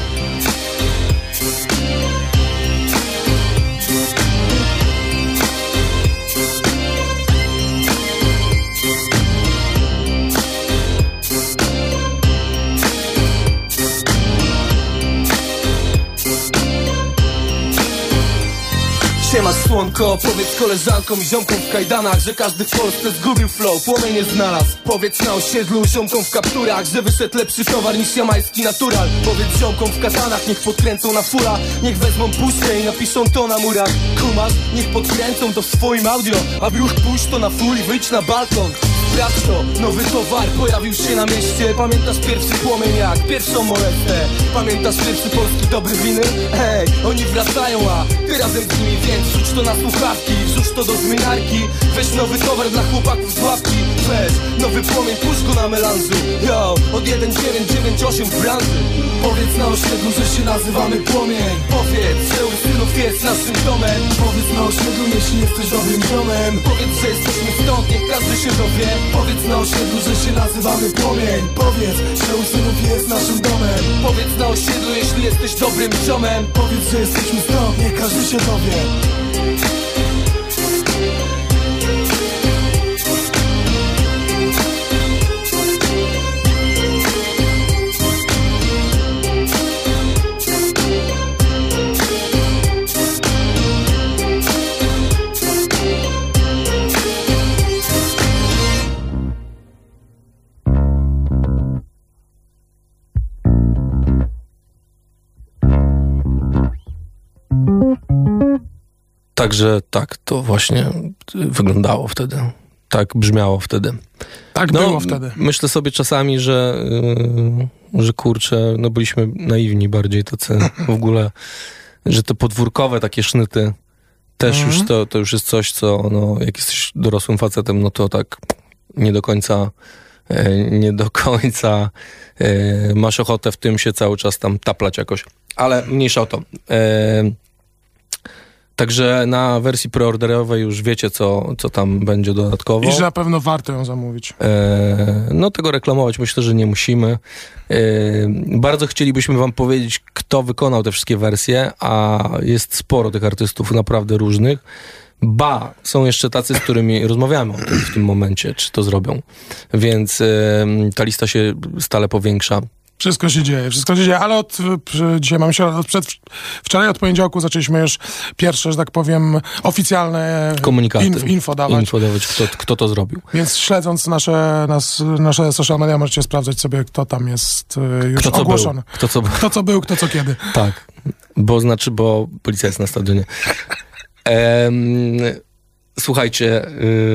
Siemasz słonko, powiedz koleżankom i ziomkom w kajdanach, że każdy w Polsce zgubił flow, Płomień nie znalazł. Powiedz na osiedlu ziomkom w kapturach, że wyszedł lepszy towar niż jamański natural. Powiedz ziomkom w katanach, niech podkręcą na fula, niech wezmą puszkę i napiszą to na murach. Kumasz, niech podkręcą to w swoim audio, a brzuch puść to na full i wyjdź na balkon. Sprawdź to, nowy towar pojawił się na mieście. Pamiętasz pierwszy Płomień jak pierwszą molestę? Pamiętasz pierwszy polski dobry winyl? Hej, oni wracają, a ty razem z nimi, więc wrzuć to na słuchawki, wrzuć to do zmieniarki. Weź nowy towar dla chłopaków z łapki. Weź nowy Płomień, puść go na melanżu. Yo, od 1998 w branży. Powiedz na osiedlu, że się nazywamy Płomień. Powiedz, że Ursynów jest naszym domem. Powiedz na osiedlu, jeśli jesteś dobrym ziomem. Powiedz, że jesteśmy stąd, niech każdy się dowie. Powiedz na osiedlu, że się nazywamy Płomień. Powiedz, że Ursynów jest naszym domem. Powiedz na osiedlu, jeśli jesteś dobrym ziomem. Powiedz, że jesteśmy stąd, niech każdy się dowie. Także tak, to właśnie wyglądało wtedy. Tak brzmiało wtedy. Tak było wtedy. Myślę sobie czasami, że kurczę, no byliśmy naiwni bardziej tacy w ogóle, że te podwórkowe takie sznyty też już to już jest coś, co no, jak jesteś dorosłym facetem, no to tak nie do końca masz ochotę w tym się cały czas tam taplać jakoś. Ale mniejsza o to. Także na wersji preorderowej już wiecie, co tam będzie dodatkowo. I że na pewno warto ją zamówić. No tego reklamować myślę, że nie musimy. Bardzo chcielibyśmy wam powiedzieć, kto wykonał te wszystkie wersje, a jest sporo tych artystów naprawdę różnych. Są jeszcze tacy, z którymi rozmawiamy o tym w tym momencie, czy to zrobią. Więc ta lista się stale powiększa. Wszystko się dzieje, ale dzisiaj mamy się, wczoraj od poniedziałku zaczęliśmy już pierwsze, że tak powiem, oficjalne komunikaty, info dawać, kto to zrobił. Więc śledząc nasze social media możecie sprawdzać sobie, kto tam jest już ogłoszony. Kto co był, kto co kiedy. Tak, bo policja jest na stadionie. Słuchajcie,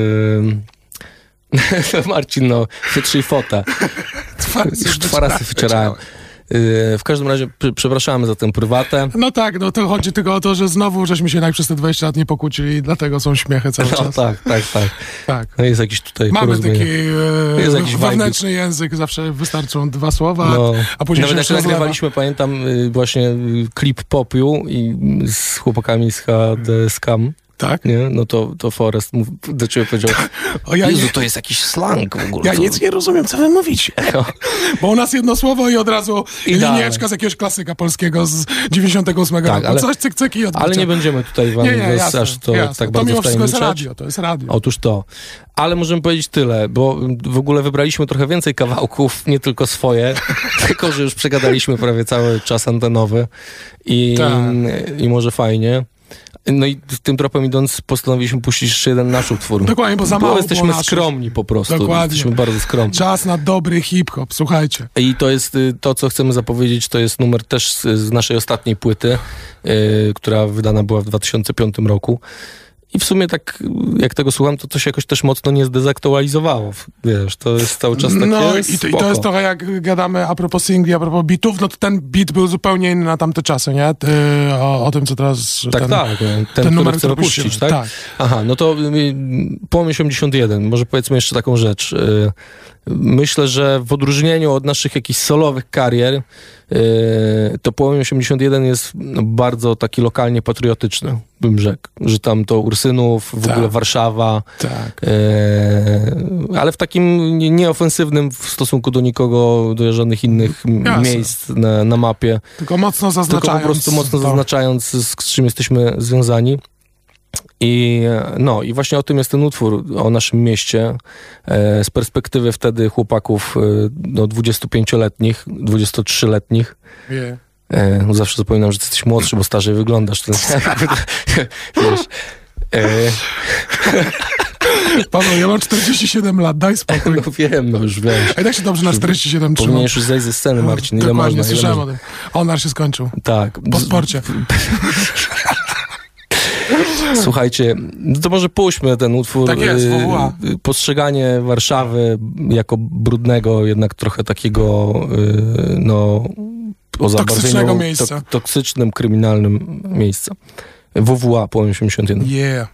Marcin, no, chytrzyj fotę. Już 2 razy wczoraj. W każdym razie przepraszamy za tę prywatę. No tak, no to chodzi tylko o to, że znowu żeśmy się przez te 20 lat nie pokłócili i dlatego są śmiechy cały czas. Tak. No jest jakiś tutaj mamy taki wewnętrzny język, zawsze wystarczą 2 słowa, a później nawet się jak nagrywaliśmy, pamiętam właśnie klip Popiół i z chłopakami z HD Scam. Tak? Nie? No to Forest do ciebie powiedział, Jezu, to jest jakiś slang w ogóle. Ja nic nie rozumiem, co wy mówicie. Bo u nas jedno słowo i od razu linieczka z jakiegoś klasyka polskiego z 98 roku. Ale, coś cyk i odbicia. Ale nie będziemy tutaj wam aż to tak bardzo mimo wszystko wtajemniczać. to jest radio. Otóż to. Ale możemy powiedzieć tyle, bo w ogóle wybraliśmy trochę więcej kawałków, nie tylko swoje, tylko że już przegadaliśmy prawie cały czas antenowy i może fajnie. No i tym tropem idąc, postanowiliśmy puścić jeszcze jeden nasz utwór. Dokładnie, bo za mało jesteśmy skromni po prostu. Dokładnie. Jesteśmy bardzo skromni. Czas na dobry hip-hop, słuchajcie. I to jest to, co chcemy zapowiedzieć, to jest numer też z naszej ostatniej płyty, która wydana była w 2005 roku. I w sumie tak, jak tego słucham, to się jakoś też mocno nie zdezaktualizowało. Wiesz, to jest cały czas takie no i to jest trochę jak gadamy a propos singli, a propos beatów, no to ten beat był zupełnie inny na tamte czasy, nie? O tym, co teraz... Ten numer chcemy puścić, tak? Tak. Aha, no to Płomień 81, może powiedzmy jeszcze taką rzecz. Myślę, że w odróżnieniu od naszych jakichś solowych karier, to Płomień 81 jest bardzo taki lokalnie patriotyczny, bym rzekł. Że tam to Ursynów, w ogóle Warszawa, ale w takim nieofensywnym w stosunku do nikogo, do żadnych innych miejsc na mapie. Tylko mocno zaznaczając. Tylko po prostu mocno zaznaczając, z czym jesteśmy związani. I właśnie o tym jest ten utwór, o naszym mieście, z perspektywy wtedy chłopaków 25-letnich, 23-letnich. Zawsze zapominam, że ty jesteś młodszy, bo starzej wyglądasz. Wiesz. Paweł, ja mam 47 lat, daj spokój. No wiem, już wiesz. A i tak się dobrze na 47 trzyma. Powinieneś już zejść ze sceny, Marcin. Ile Dokładnie, można? Słyszałem o tym. Honor się skończył. Tak. Po sporcie. Słuchajcie, to może puśćmy ten utwór. Tak jest, WWA. Postrzeganie Warszawy jako brudnego, jednak trochę takiego o toksycznego miejsca. Toksycznym, kryminalnym miejsca. WWA, Płomień 81. Yeah.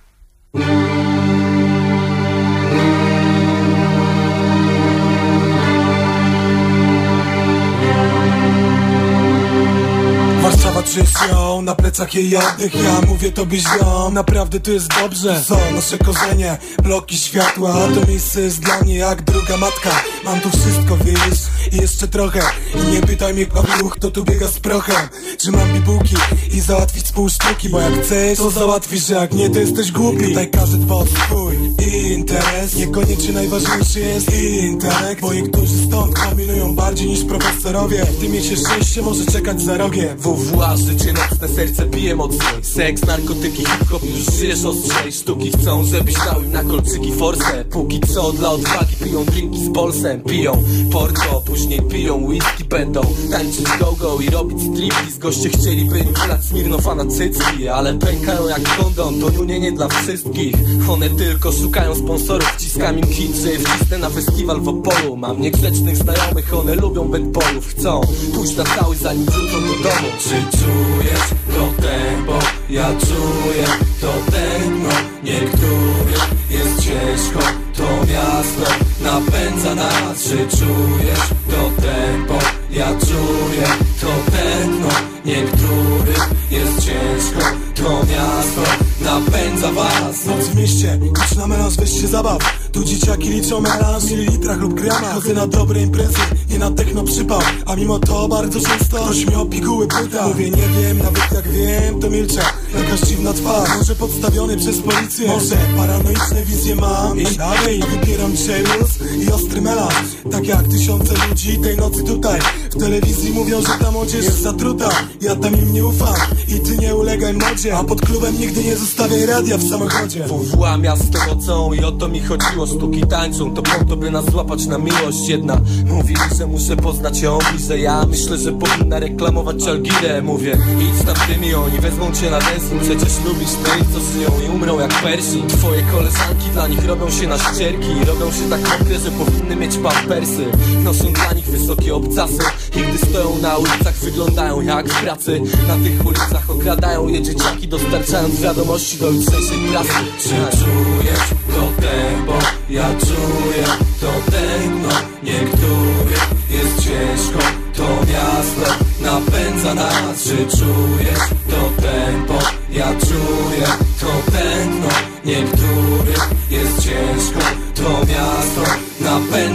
Warszawa czujesz ją, na plecach jej oddech. Ja mówię to byś ją, naprawdę tu jest dobrze. Są nasze korzenie, bloki światła. To miejsce jest dla mnie jak druga matka. Mam tu wszystko, wiesz, i jeszcze trochę. I nie pytaj mnie, ruch, kto tu biega z prochem. Czy mam bibułki i załatwić pół sztuki. Bo jak chcesz, to załatwisz, że jak nie, to jesteś głupi. Tutaj każdy dba o swój interes. Niekoniecznie najważniejszy jest intelekt. Bo niektórzy stąd kombinują bardziej niż profesorowie. W tym mieście szczęście może czekać za rogiem. WWA, życie nocne, serce bije mocniej. Seks, narkotyki, hip-hop, już żyjesz ostrzej. Sztuki chcą, żebyś dał im na kolczyki forsę. Póki co dla odwagi piją drinki z bolsem. Piją porto, później piją whisky. Będą tańczyć go-go i robić striptease. Goście chcieliby im wylać Smirnofa na cycki, ale pękają jak kondom, to nunie nie dla wszystkich. One tylko szukają sponsorów, wciskam im hit, że wcisnę na festiwal w Opolu. Mam niegrzecznych znajomych, one lubią bedbolów. Chcą pójść na cały, zanim wrócą do domu. Czy czujesz to tempo? Ja czuję to tętno. Niektórym jest ciężko, to miasto napędza nas. Czy czujesz to tempo? Ja czuję to tętno. Niektórym jest ciężko, to miasto napędza was. Noc w mieście, idź na melanż, weź się zabaw. Tu dzieciaki liczą melanż w mililitrach lub gramach. Chodzę na dobre imprezy, nie na techno przypał. A mimo to bardzo często ktoś mi o piguły pyta. Mówię nie wiem, nawet jak wiem, to milczę. Jakaś dziwna twarz, może podstawiony przez policję. Może paranoiczne wizje mam i dalej wybieram dzisiaj luz i ostry melanż. Tak jak tysiące ludzi tej nocy tutaj w telewizji mówią, że ta młodzież jest zatruta. Ja tam im nie ufam i ty nie ulegaj modzie. A pod klubem nigdy nie zostawiaj radia w samochodzie. WWA miasto nocą i o to mi chodziło. Sztuki tańczą, to po to by nas złapać na miłość. Jedna mówi, że muszę poznać ją bliżej. Ja myślę, że powinna reklamować Algirę. Mówię, idź tam tymi, oni wezmą cię na dancing. Przecież lubisz tych, co żyją i umrą jak Persi. Twoje koleżanki dla nich robią się na ścierki. Robią się tak mokre, że powinny mieć pampersy. Noszą dla nich wysokie obcasy i gdy stoją na ulicach wyglądają jak w pracy. Na tych ulicach okradają je dzieciaki, dostarczając wiadomości do jutrzejszej prasy. Czy czujesz to tempo? Ja czuję to tętno. Niektórym jest ciężko, to miasto napędza nas. Czy czujesz to tempo? Ja czuję to tętno. Niektórym jest ciężko, to miasto napędza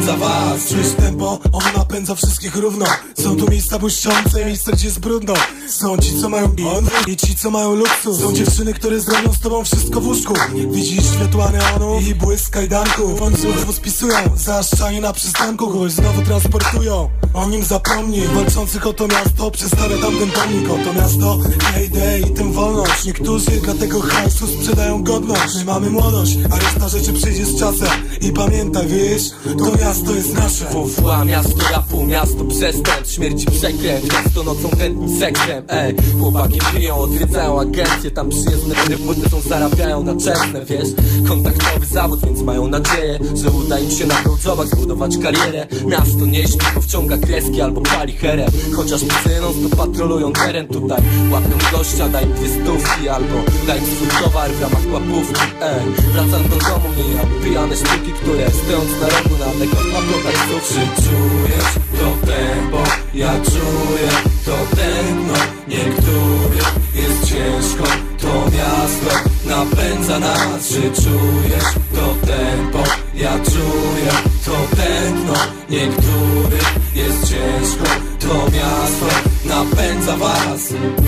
napędza was. Czujesz tempo? On napędza wszystkich równo. Są tu miejsca błyszczące, miejsca gdzie jest brudno. Są ci co mają on i ci co mają luksus. Są dziewczyny, które zrobią z tobą wszystko w łóżku. Widzisz światła neonu i błysk kajdanków. Łańcuchów spisują, zaszczanie na przystanku. Kogoś znowu transportują, o nim zapomnij. Walczących o to miasto, przestawia tamten pomnik. O to miasto, hejday i tym wolność. Niektórzy dlatego hajsu sprzedają godność. My mamy młodość, a reszta rzeczy przyjdzie z czasem. I pamiętaj, wiesz, to miasto jest nasze. WWA, miasto rapu, miasto przestępstw, śmierci przekręt, miasto nocą chętni seksem. Ej, chłopaki piją, odwiedzają agencje, tam przyjezdne ryby są, zarabiają na czesne, wiesz. Kontaktowy zawód, więc mają nadzieję, że uda im się na roadzowach zbudować karierę. Miasto nie śpi, bo wciąga kreski albo pali herem. Chociaż psyną, to patrolują teren tutaj. Łapią gościa, daj im 2 stówki albo daj im swój towar w ramach łapówki. Ej, wracam do domu, mijam pijane sztuki, które stojąc na rogu na dekor taksówki. Czy czujesz to tempo? Ja czuję to tętno. Niektórych jest ciężko, to miasto napędza nas. Czy czujesz to tempo? Ja czuję to tętno. Niektórych jest ciężko, to miasto napędza was.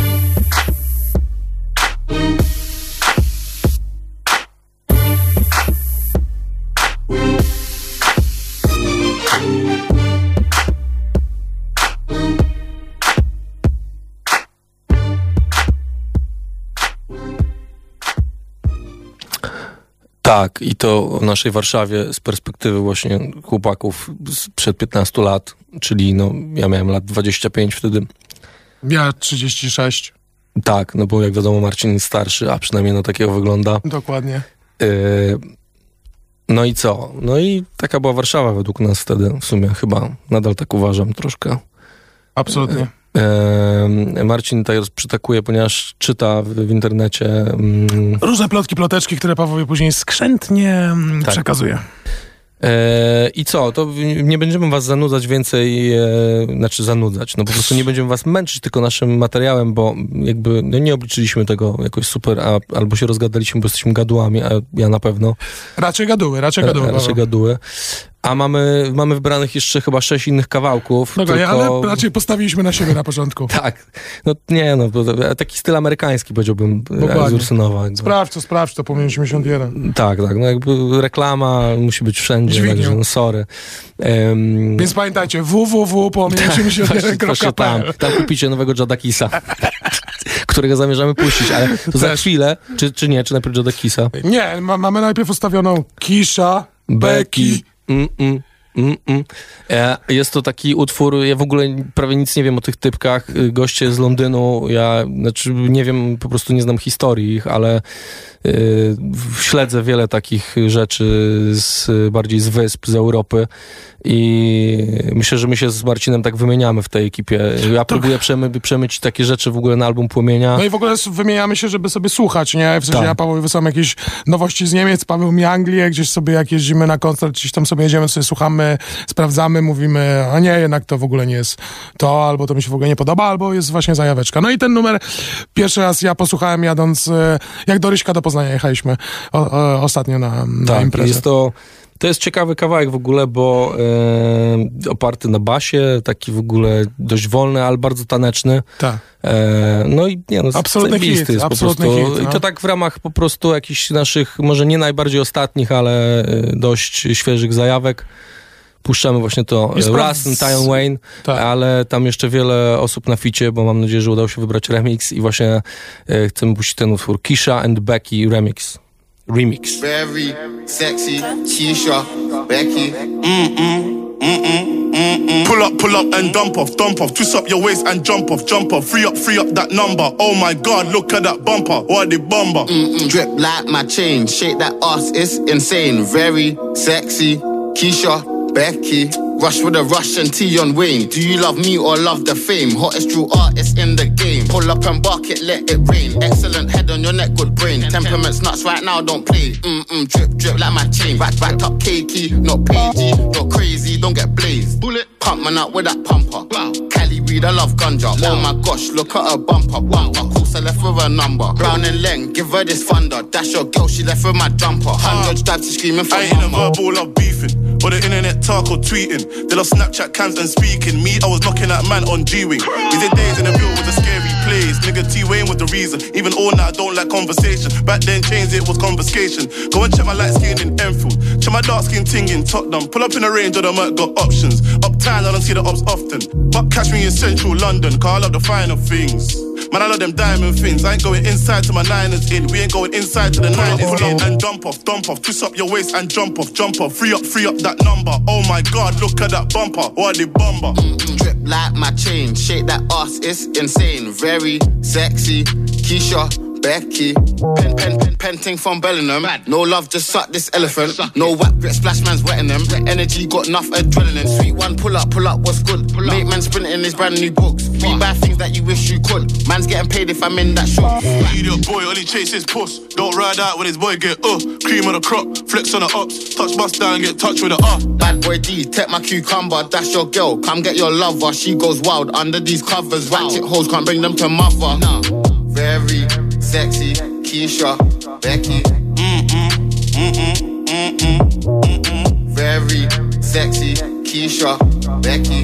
Tak, i to w naszej Warszawie z perspektywy właśnie chłopaków sprzed 15 lat, czyli no ja miałem lat 25 wtedy. Ja 36. Tak, no bo jak wiadomo Marcin jest starszy, a przynajmniej no takiego wygląda. Dokładnie. No i co? No i taka była Warszawa według nas wtedy, w sumie chyba, nadal tak uważam troszkę. Absolutnie. Marcin tutaj przytakuje, ponieważ czyta w internecie różne plotki, ploteczki, które Pawłowi później skrzętnie przekazuje. I co? To nie będziemy was zanudzać więcej, zanudzać, no po prostu nie będziemy was męczyć tylko naszym materiałem, bo jakby no nie obliczyliśmy tego jakoś super, albo się rozgadaliśmy, bo jesteśmy gadułami, a ja na pewno. Raczej gaduły. Raczej gaduły. A mamy wybranych jeszcze chyba 6 innych kawałków. No tylko... ale raczej postawiliśmy na siebie na początku. Tak. No nie, no taki styl amerykański powiedziałbym z Ursynowa. Sprawdź to, Płomień 81. Tak, no jakby reklama musi być wszędzie, także no sorry. Więc pamiętajcie, www.płomień81.pl. Tam kupicie nowego Jadakisa, którego zamierzamy puścić, ale to za chwilę, czy nie, czy najpierw Jadakisa? Nie, mamy najpierw ustawioną Kisza, Becky. Jest to taki utwór, ja w ogóle prawie nic nie wiem o tych typkach, goście z Londynu, ja nie wiem, po prostu nie znam historii ich, ale śledzę wiele takich rzeczy bardziej z wysp, z Europy i myślę, że my się z Marcinem tak wymieniamy w tej ekipie. Ja próbuję przemyć takie rzeczy w ogóle na album Płomienia. No i w ogóle wymieniamy się, żeby sobie słuchać, nie? W sensie tak. Ja Paweł wysyłam jakieś nowości z Niemiec, Paweł mi Anglię, gdzieś sobie jak jeździmy na koncert, gdzieś tam sobie jedziemy, sobie słuchamy, sprawdzamy, mówimy, a nie, jednak to w ogóle nie jest to, albo to mi się w ogóle nie podoba, albo jest właśnie zajaweczka. No i ten numer pierwszy raz ja posłuchałem jadąc, jak do Ryśka do Poznania jechaliśmy ostatnio na imprezę. To jest ciekawy kawałek w ogóle, bo oparty na basie, taki w ogóle dość wolny, ale bardzo taneczny. Tak. No i nie, no absolutny hit, jest absolutny po prostu. hit, no. I to tak w ramach po prostu jakichś naszych, może nie najbardziej ostatnich, ale dość świeżych zajawek. Puszczamy właśnie to Raz and Tion Wayne, tak. Ale tam jeszcze wiele osób na ficie, bo mam nadzieję, że udało się wybrać remix i właśnie chcemy puścić ten utwór Kisha and Becky remix. Very sexy, Keisha, Becky. Pull up and dump off. Twist up your waist and jump off. Free up that number. Oh my God, look at that bumper. What the bumper? Drip like my chain. Shake that ass, it's insane. Very sexy, Keisha, Becky. Rush with a Russian Tion Wayne. Do you love me or love the fame? Hottest true artist in the game. Pull up and bark it, let it rain. Excellent head on your neck, good brain. Temperament's nuts right now, don't play. Drip like my chain. Backed up cakey, not pagey. Not crazy, don't get blazed. Bullet, pump man up with that pumper. Wow. Cali weed, I love ganja. Oh my gosh, look at her bumper. Wow. Of course I left with a number. Brown and Leng, give her this thunder. That's your girl, she left with my jumper. 100 stabs, she screaming for mama. I ain't a verbal, love beefing. or the internet talk or tweeting. They lost Snapchat cams and speaking. Me, I was knocking at man on G-Wing. These days in the field was a scary place. Nigga T-Wayne was the reason. Even all now I don't like conversation. Back then changed it was confiscation. Go and check my light skin in Enfield. Check my dark skin ting in Tottenham. Pull up in the range of the Merc got options. Uptown I don't see the ops often. But catch me in central London, cause I love the finer things. Man, I love them diamond things. I ain't going inside to my Niners in. We ain't going inside to the 90s. Pull up and dump off. Twist up your waist and jump off. Free up that number. Oh my God, look at that bumper. What the bomber? Drip like my chain. Shake that ass, it's insane. Very sexy. Keisha, Becky. Pen ting from Bellingham. No love, just suck this elephant. No whack, grit splash, man's wetting them. Energy got enough adrenaline. Sweet one, pull up, what's good? Make man sprinting his brand new books. Free bad things that you wish you could. Man's getting paid if I'm in that shop. Idiot boy, only chase his puss. Don't ride out when his boy get cream on the crop, flex on the ups. Touch bust down, get touch with the Bad boy D, take my cucumber. That's your girl, come get your lover. She goes wild under these covers. Ratchet hoes can't bring them to mother. Very sexy, Keisha, Becky. Very sexy, Keisha, Becky.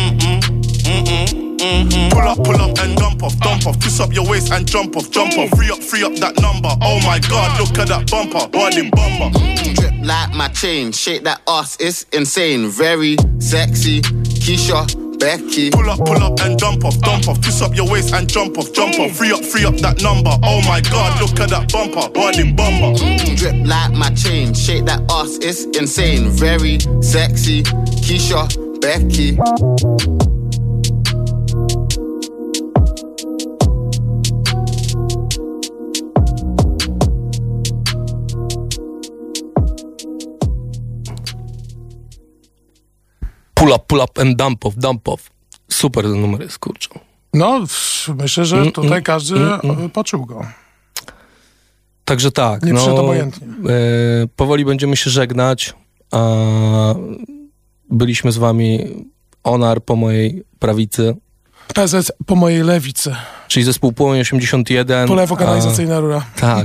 Pull up and dump off. Twist up your waist and jump off. Free up that number. Oh my God, look at that bumper. What the bomber? Drip like my chain. Shake that ass, it's insane. Very sexy, Keisha, Becky. Pull up and dump off. Twist up your waist and jump off. Free up that number. Oh my God, look at that bumper. What the bomber? Drip like my chain. Shake that ass, it's insane. Very sexy, Keisha, Becky. Pull up and dump off. Super ten numer jest, kurczę. No, myślę, że tutaj każdy poczuł go. Także tak. Nie przyszedł obojętnie. Powoli będziemy się żegnać. Byliśmy z wami Onar po mojej prawicy. PZ po mojej lewicy. Czyli zespół Płomień 81. Polewo kanalizacyjna rura. Tak.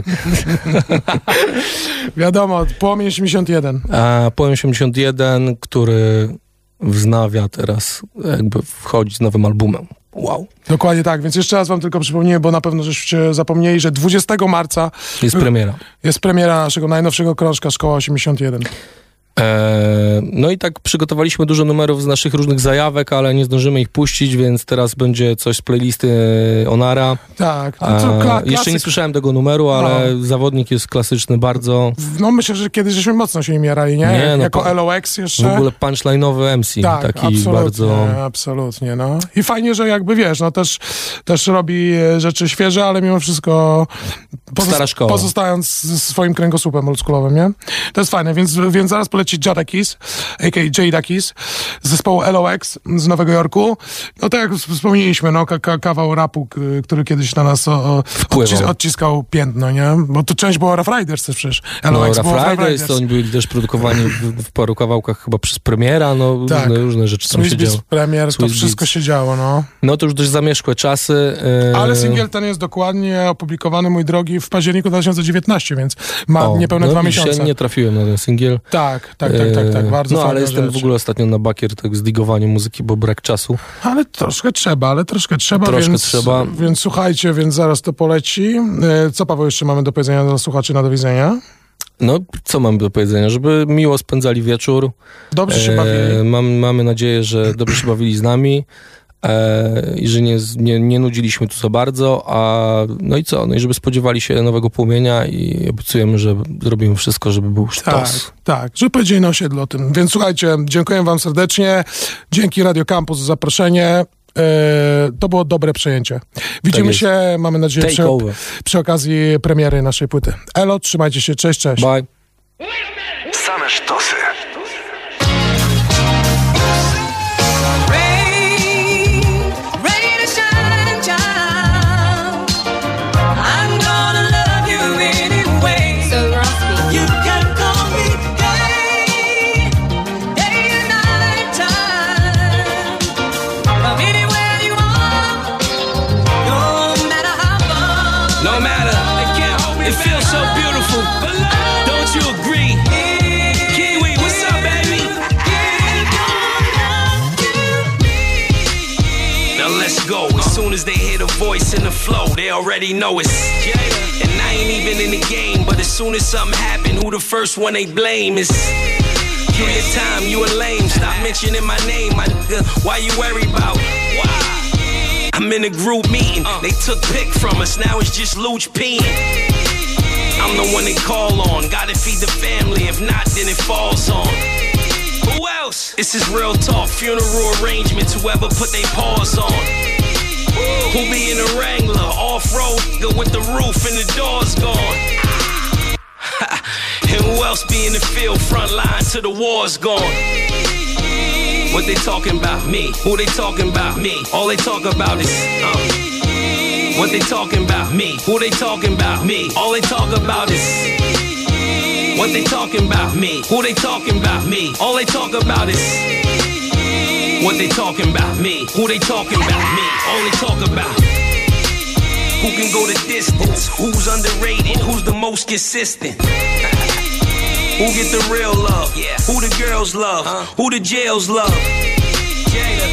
Wiadomo, Płomień 81. Płomień 81, który wznawia teraz, jakby wchodzi z nowym albumem. Wow. Dokładnie tak, więc jeszcze raz wam tylko przypomnę, bo na pewno żeście zapomnieli, że 20 marca jest premiera. Jest premiera naszego najnowszego krążka Szkoła 81. No i tak przygotowaliśmy dużo numerów z naszych różnych zajawek, ale nie zdążymy ich puścić, więc teraz będzie coś z playlisty Onara. Tak. Jeszcze nie słyszałem tego numeru, ale zawodnik jest klasyczny bardzo. No myślę, że kiedyś żeśmy mocno się nim jarali, nie? Jako LOX jeszcze. W ogóle punchline'owy MC. Tak, taki absolutnie, bardzo... absolutnie, no. I fajnie, że jakby wiesz, no też robi rzeczy świeże, ale mimo wszystko stara szkoła. Pozostając ze swoim kręgosłupem oldschoolowym, nie? To jest fajne, więc zaraz poleci Jada Kiss, a.k.a. Jada Kiss, z zespołu LOX z Nowego Jorku. No tak jak wspomnieliśmy, no kawał rapu, który kiedyś na nas odciskał piętno, nie? Bo to część była Rough Riders też przecież. LOX Rough Riders, oni byli też produkowani w paru kawałkach chyba przez Premiera, no tak. Różne rzeczy tam się działy. Premier, to wszystko się działo, no. No to już dość zamierzchłe czasy. Ale singiel ten jest dokładnie opublikowany, mój drogi, w październiku 2019, więc ma niepełne 2 miesiące. Ja nie trafiłem na ten singiel. Tak, bardzo no, ale rzecz. jestem w ogóle ostatnio na bakier tak z digowaniem muzyki, bo brak czasu. Ale troszkę trzeba, więc słuchajcie, więc zaraz to poleci. Co, Paweł, jeszcze mamy do powiedzenia dla słuchaczy na do widzenia? No, co mamy do powiedzenia? Żeby miło spędzali wieczór. Dobrze się bawili. Mamy nadzieję, że dobrze się bawili z nami i że nie nudziliśmy tu za bardzo, no i co? No i żeby spodziewali się nowego Płomienia i obiecujemy, że zrobimy wszystko, żeby był sztos. Tak, żeby powiedzieli na osiedlu o tym. Więc słuchajcie, dziękuję wam serdecznie. Dzięki Radio Campus za zaproszenie. To było dobre przejęcie. Widzimy się, mamy nadzieję, przy okazji premiery naszej płyty. Elo, trzymajcie się, cześć. Bye. Same sztosy. It feels so beautiful. Don't you agree? Kiwi, what's voice and the flow, they already know it's Jada. And I ain't even in the game, but as soon as something happen, who the first one they blame is give it time, you a lame. Stop mentioning my name, my nigga. Why you worry about? Why? I'm in a group meeting. They took pic from us, now it's just Luch peeing. I'm the one they call on. Gotta feed the family, if not, then it falls on. Who else? This is real talk, funeral arrangements, whoever put their paws on. Who be in a Wrangler, off-road, with the roof and the doors gone. And who else be in the field, front line till the war's gone? What they talking about? Me. Who they talking about? Me. All they talk about is what they talking about? Me. Who they talking about? Me. All they talk about is what they talking about? Me. Who they talking about? Me. All they talk about is what they talking about? Me. Who they talking about? Me. All they talk about. Who can go the distance? Who's underrated? Who's the most consistent? Who get the real love? Yeah. Who the girls love? Who the jails love? Jada.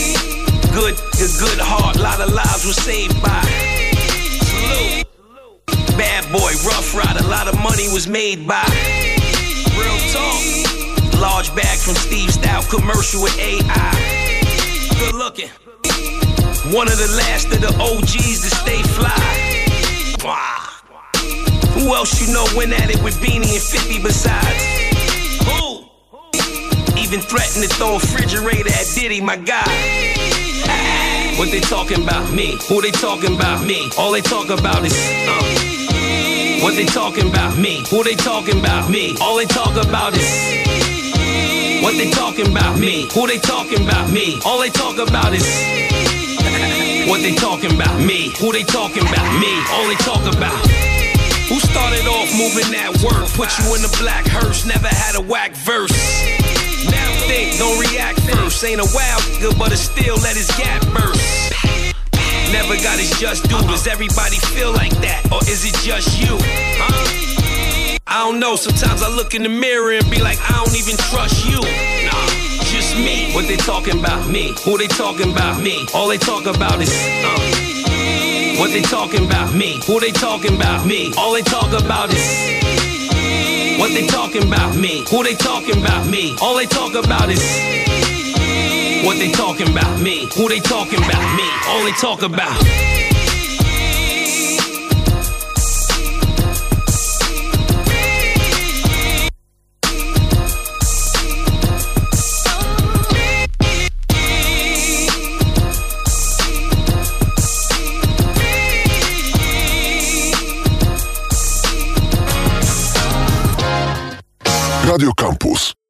Good heart, lot of lives were saved by. Salute. Bad boy, rough ride, a lot of money was made by. Real talk. Large bag from Steve Style, commercial with AI. Good looking. One of the last of the OGs to stay fly. Wow. Who else you know went at it with Beanie and 50 besides? Who? Even threatened to throw a refrigerator at Diddy, my guy. What they talking about? Me. Who they talking about? Me. All they talk about is what they talking about? Me. Who they talking about? Me. All they talk about is what they talking about? Me. Who they talking about? Me. All they talk about is what they talking about? Me. Who they talking about? Me. All they talk about. Who started off moving that work? Put you in the black hearse, never had a whack verse. Now think, don't react first. Ain't a wild nigga, but it still let his gap burst. Never got his just due. Does everybody feel like that? Or is it just you? I don't know, sometimes I look in the mirror and be like, I don't even trust you. Nah, just me. What they talking about? Me. Who they talking about? Me. All they talk about is what they talking about? Me. Who they talking about? Me. All they talk about is what they talking about? Me. Who they talking about? Me. All they talk about is what they talking about? Me. Who they talking about? Me. All they talk about. Radio Campus.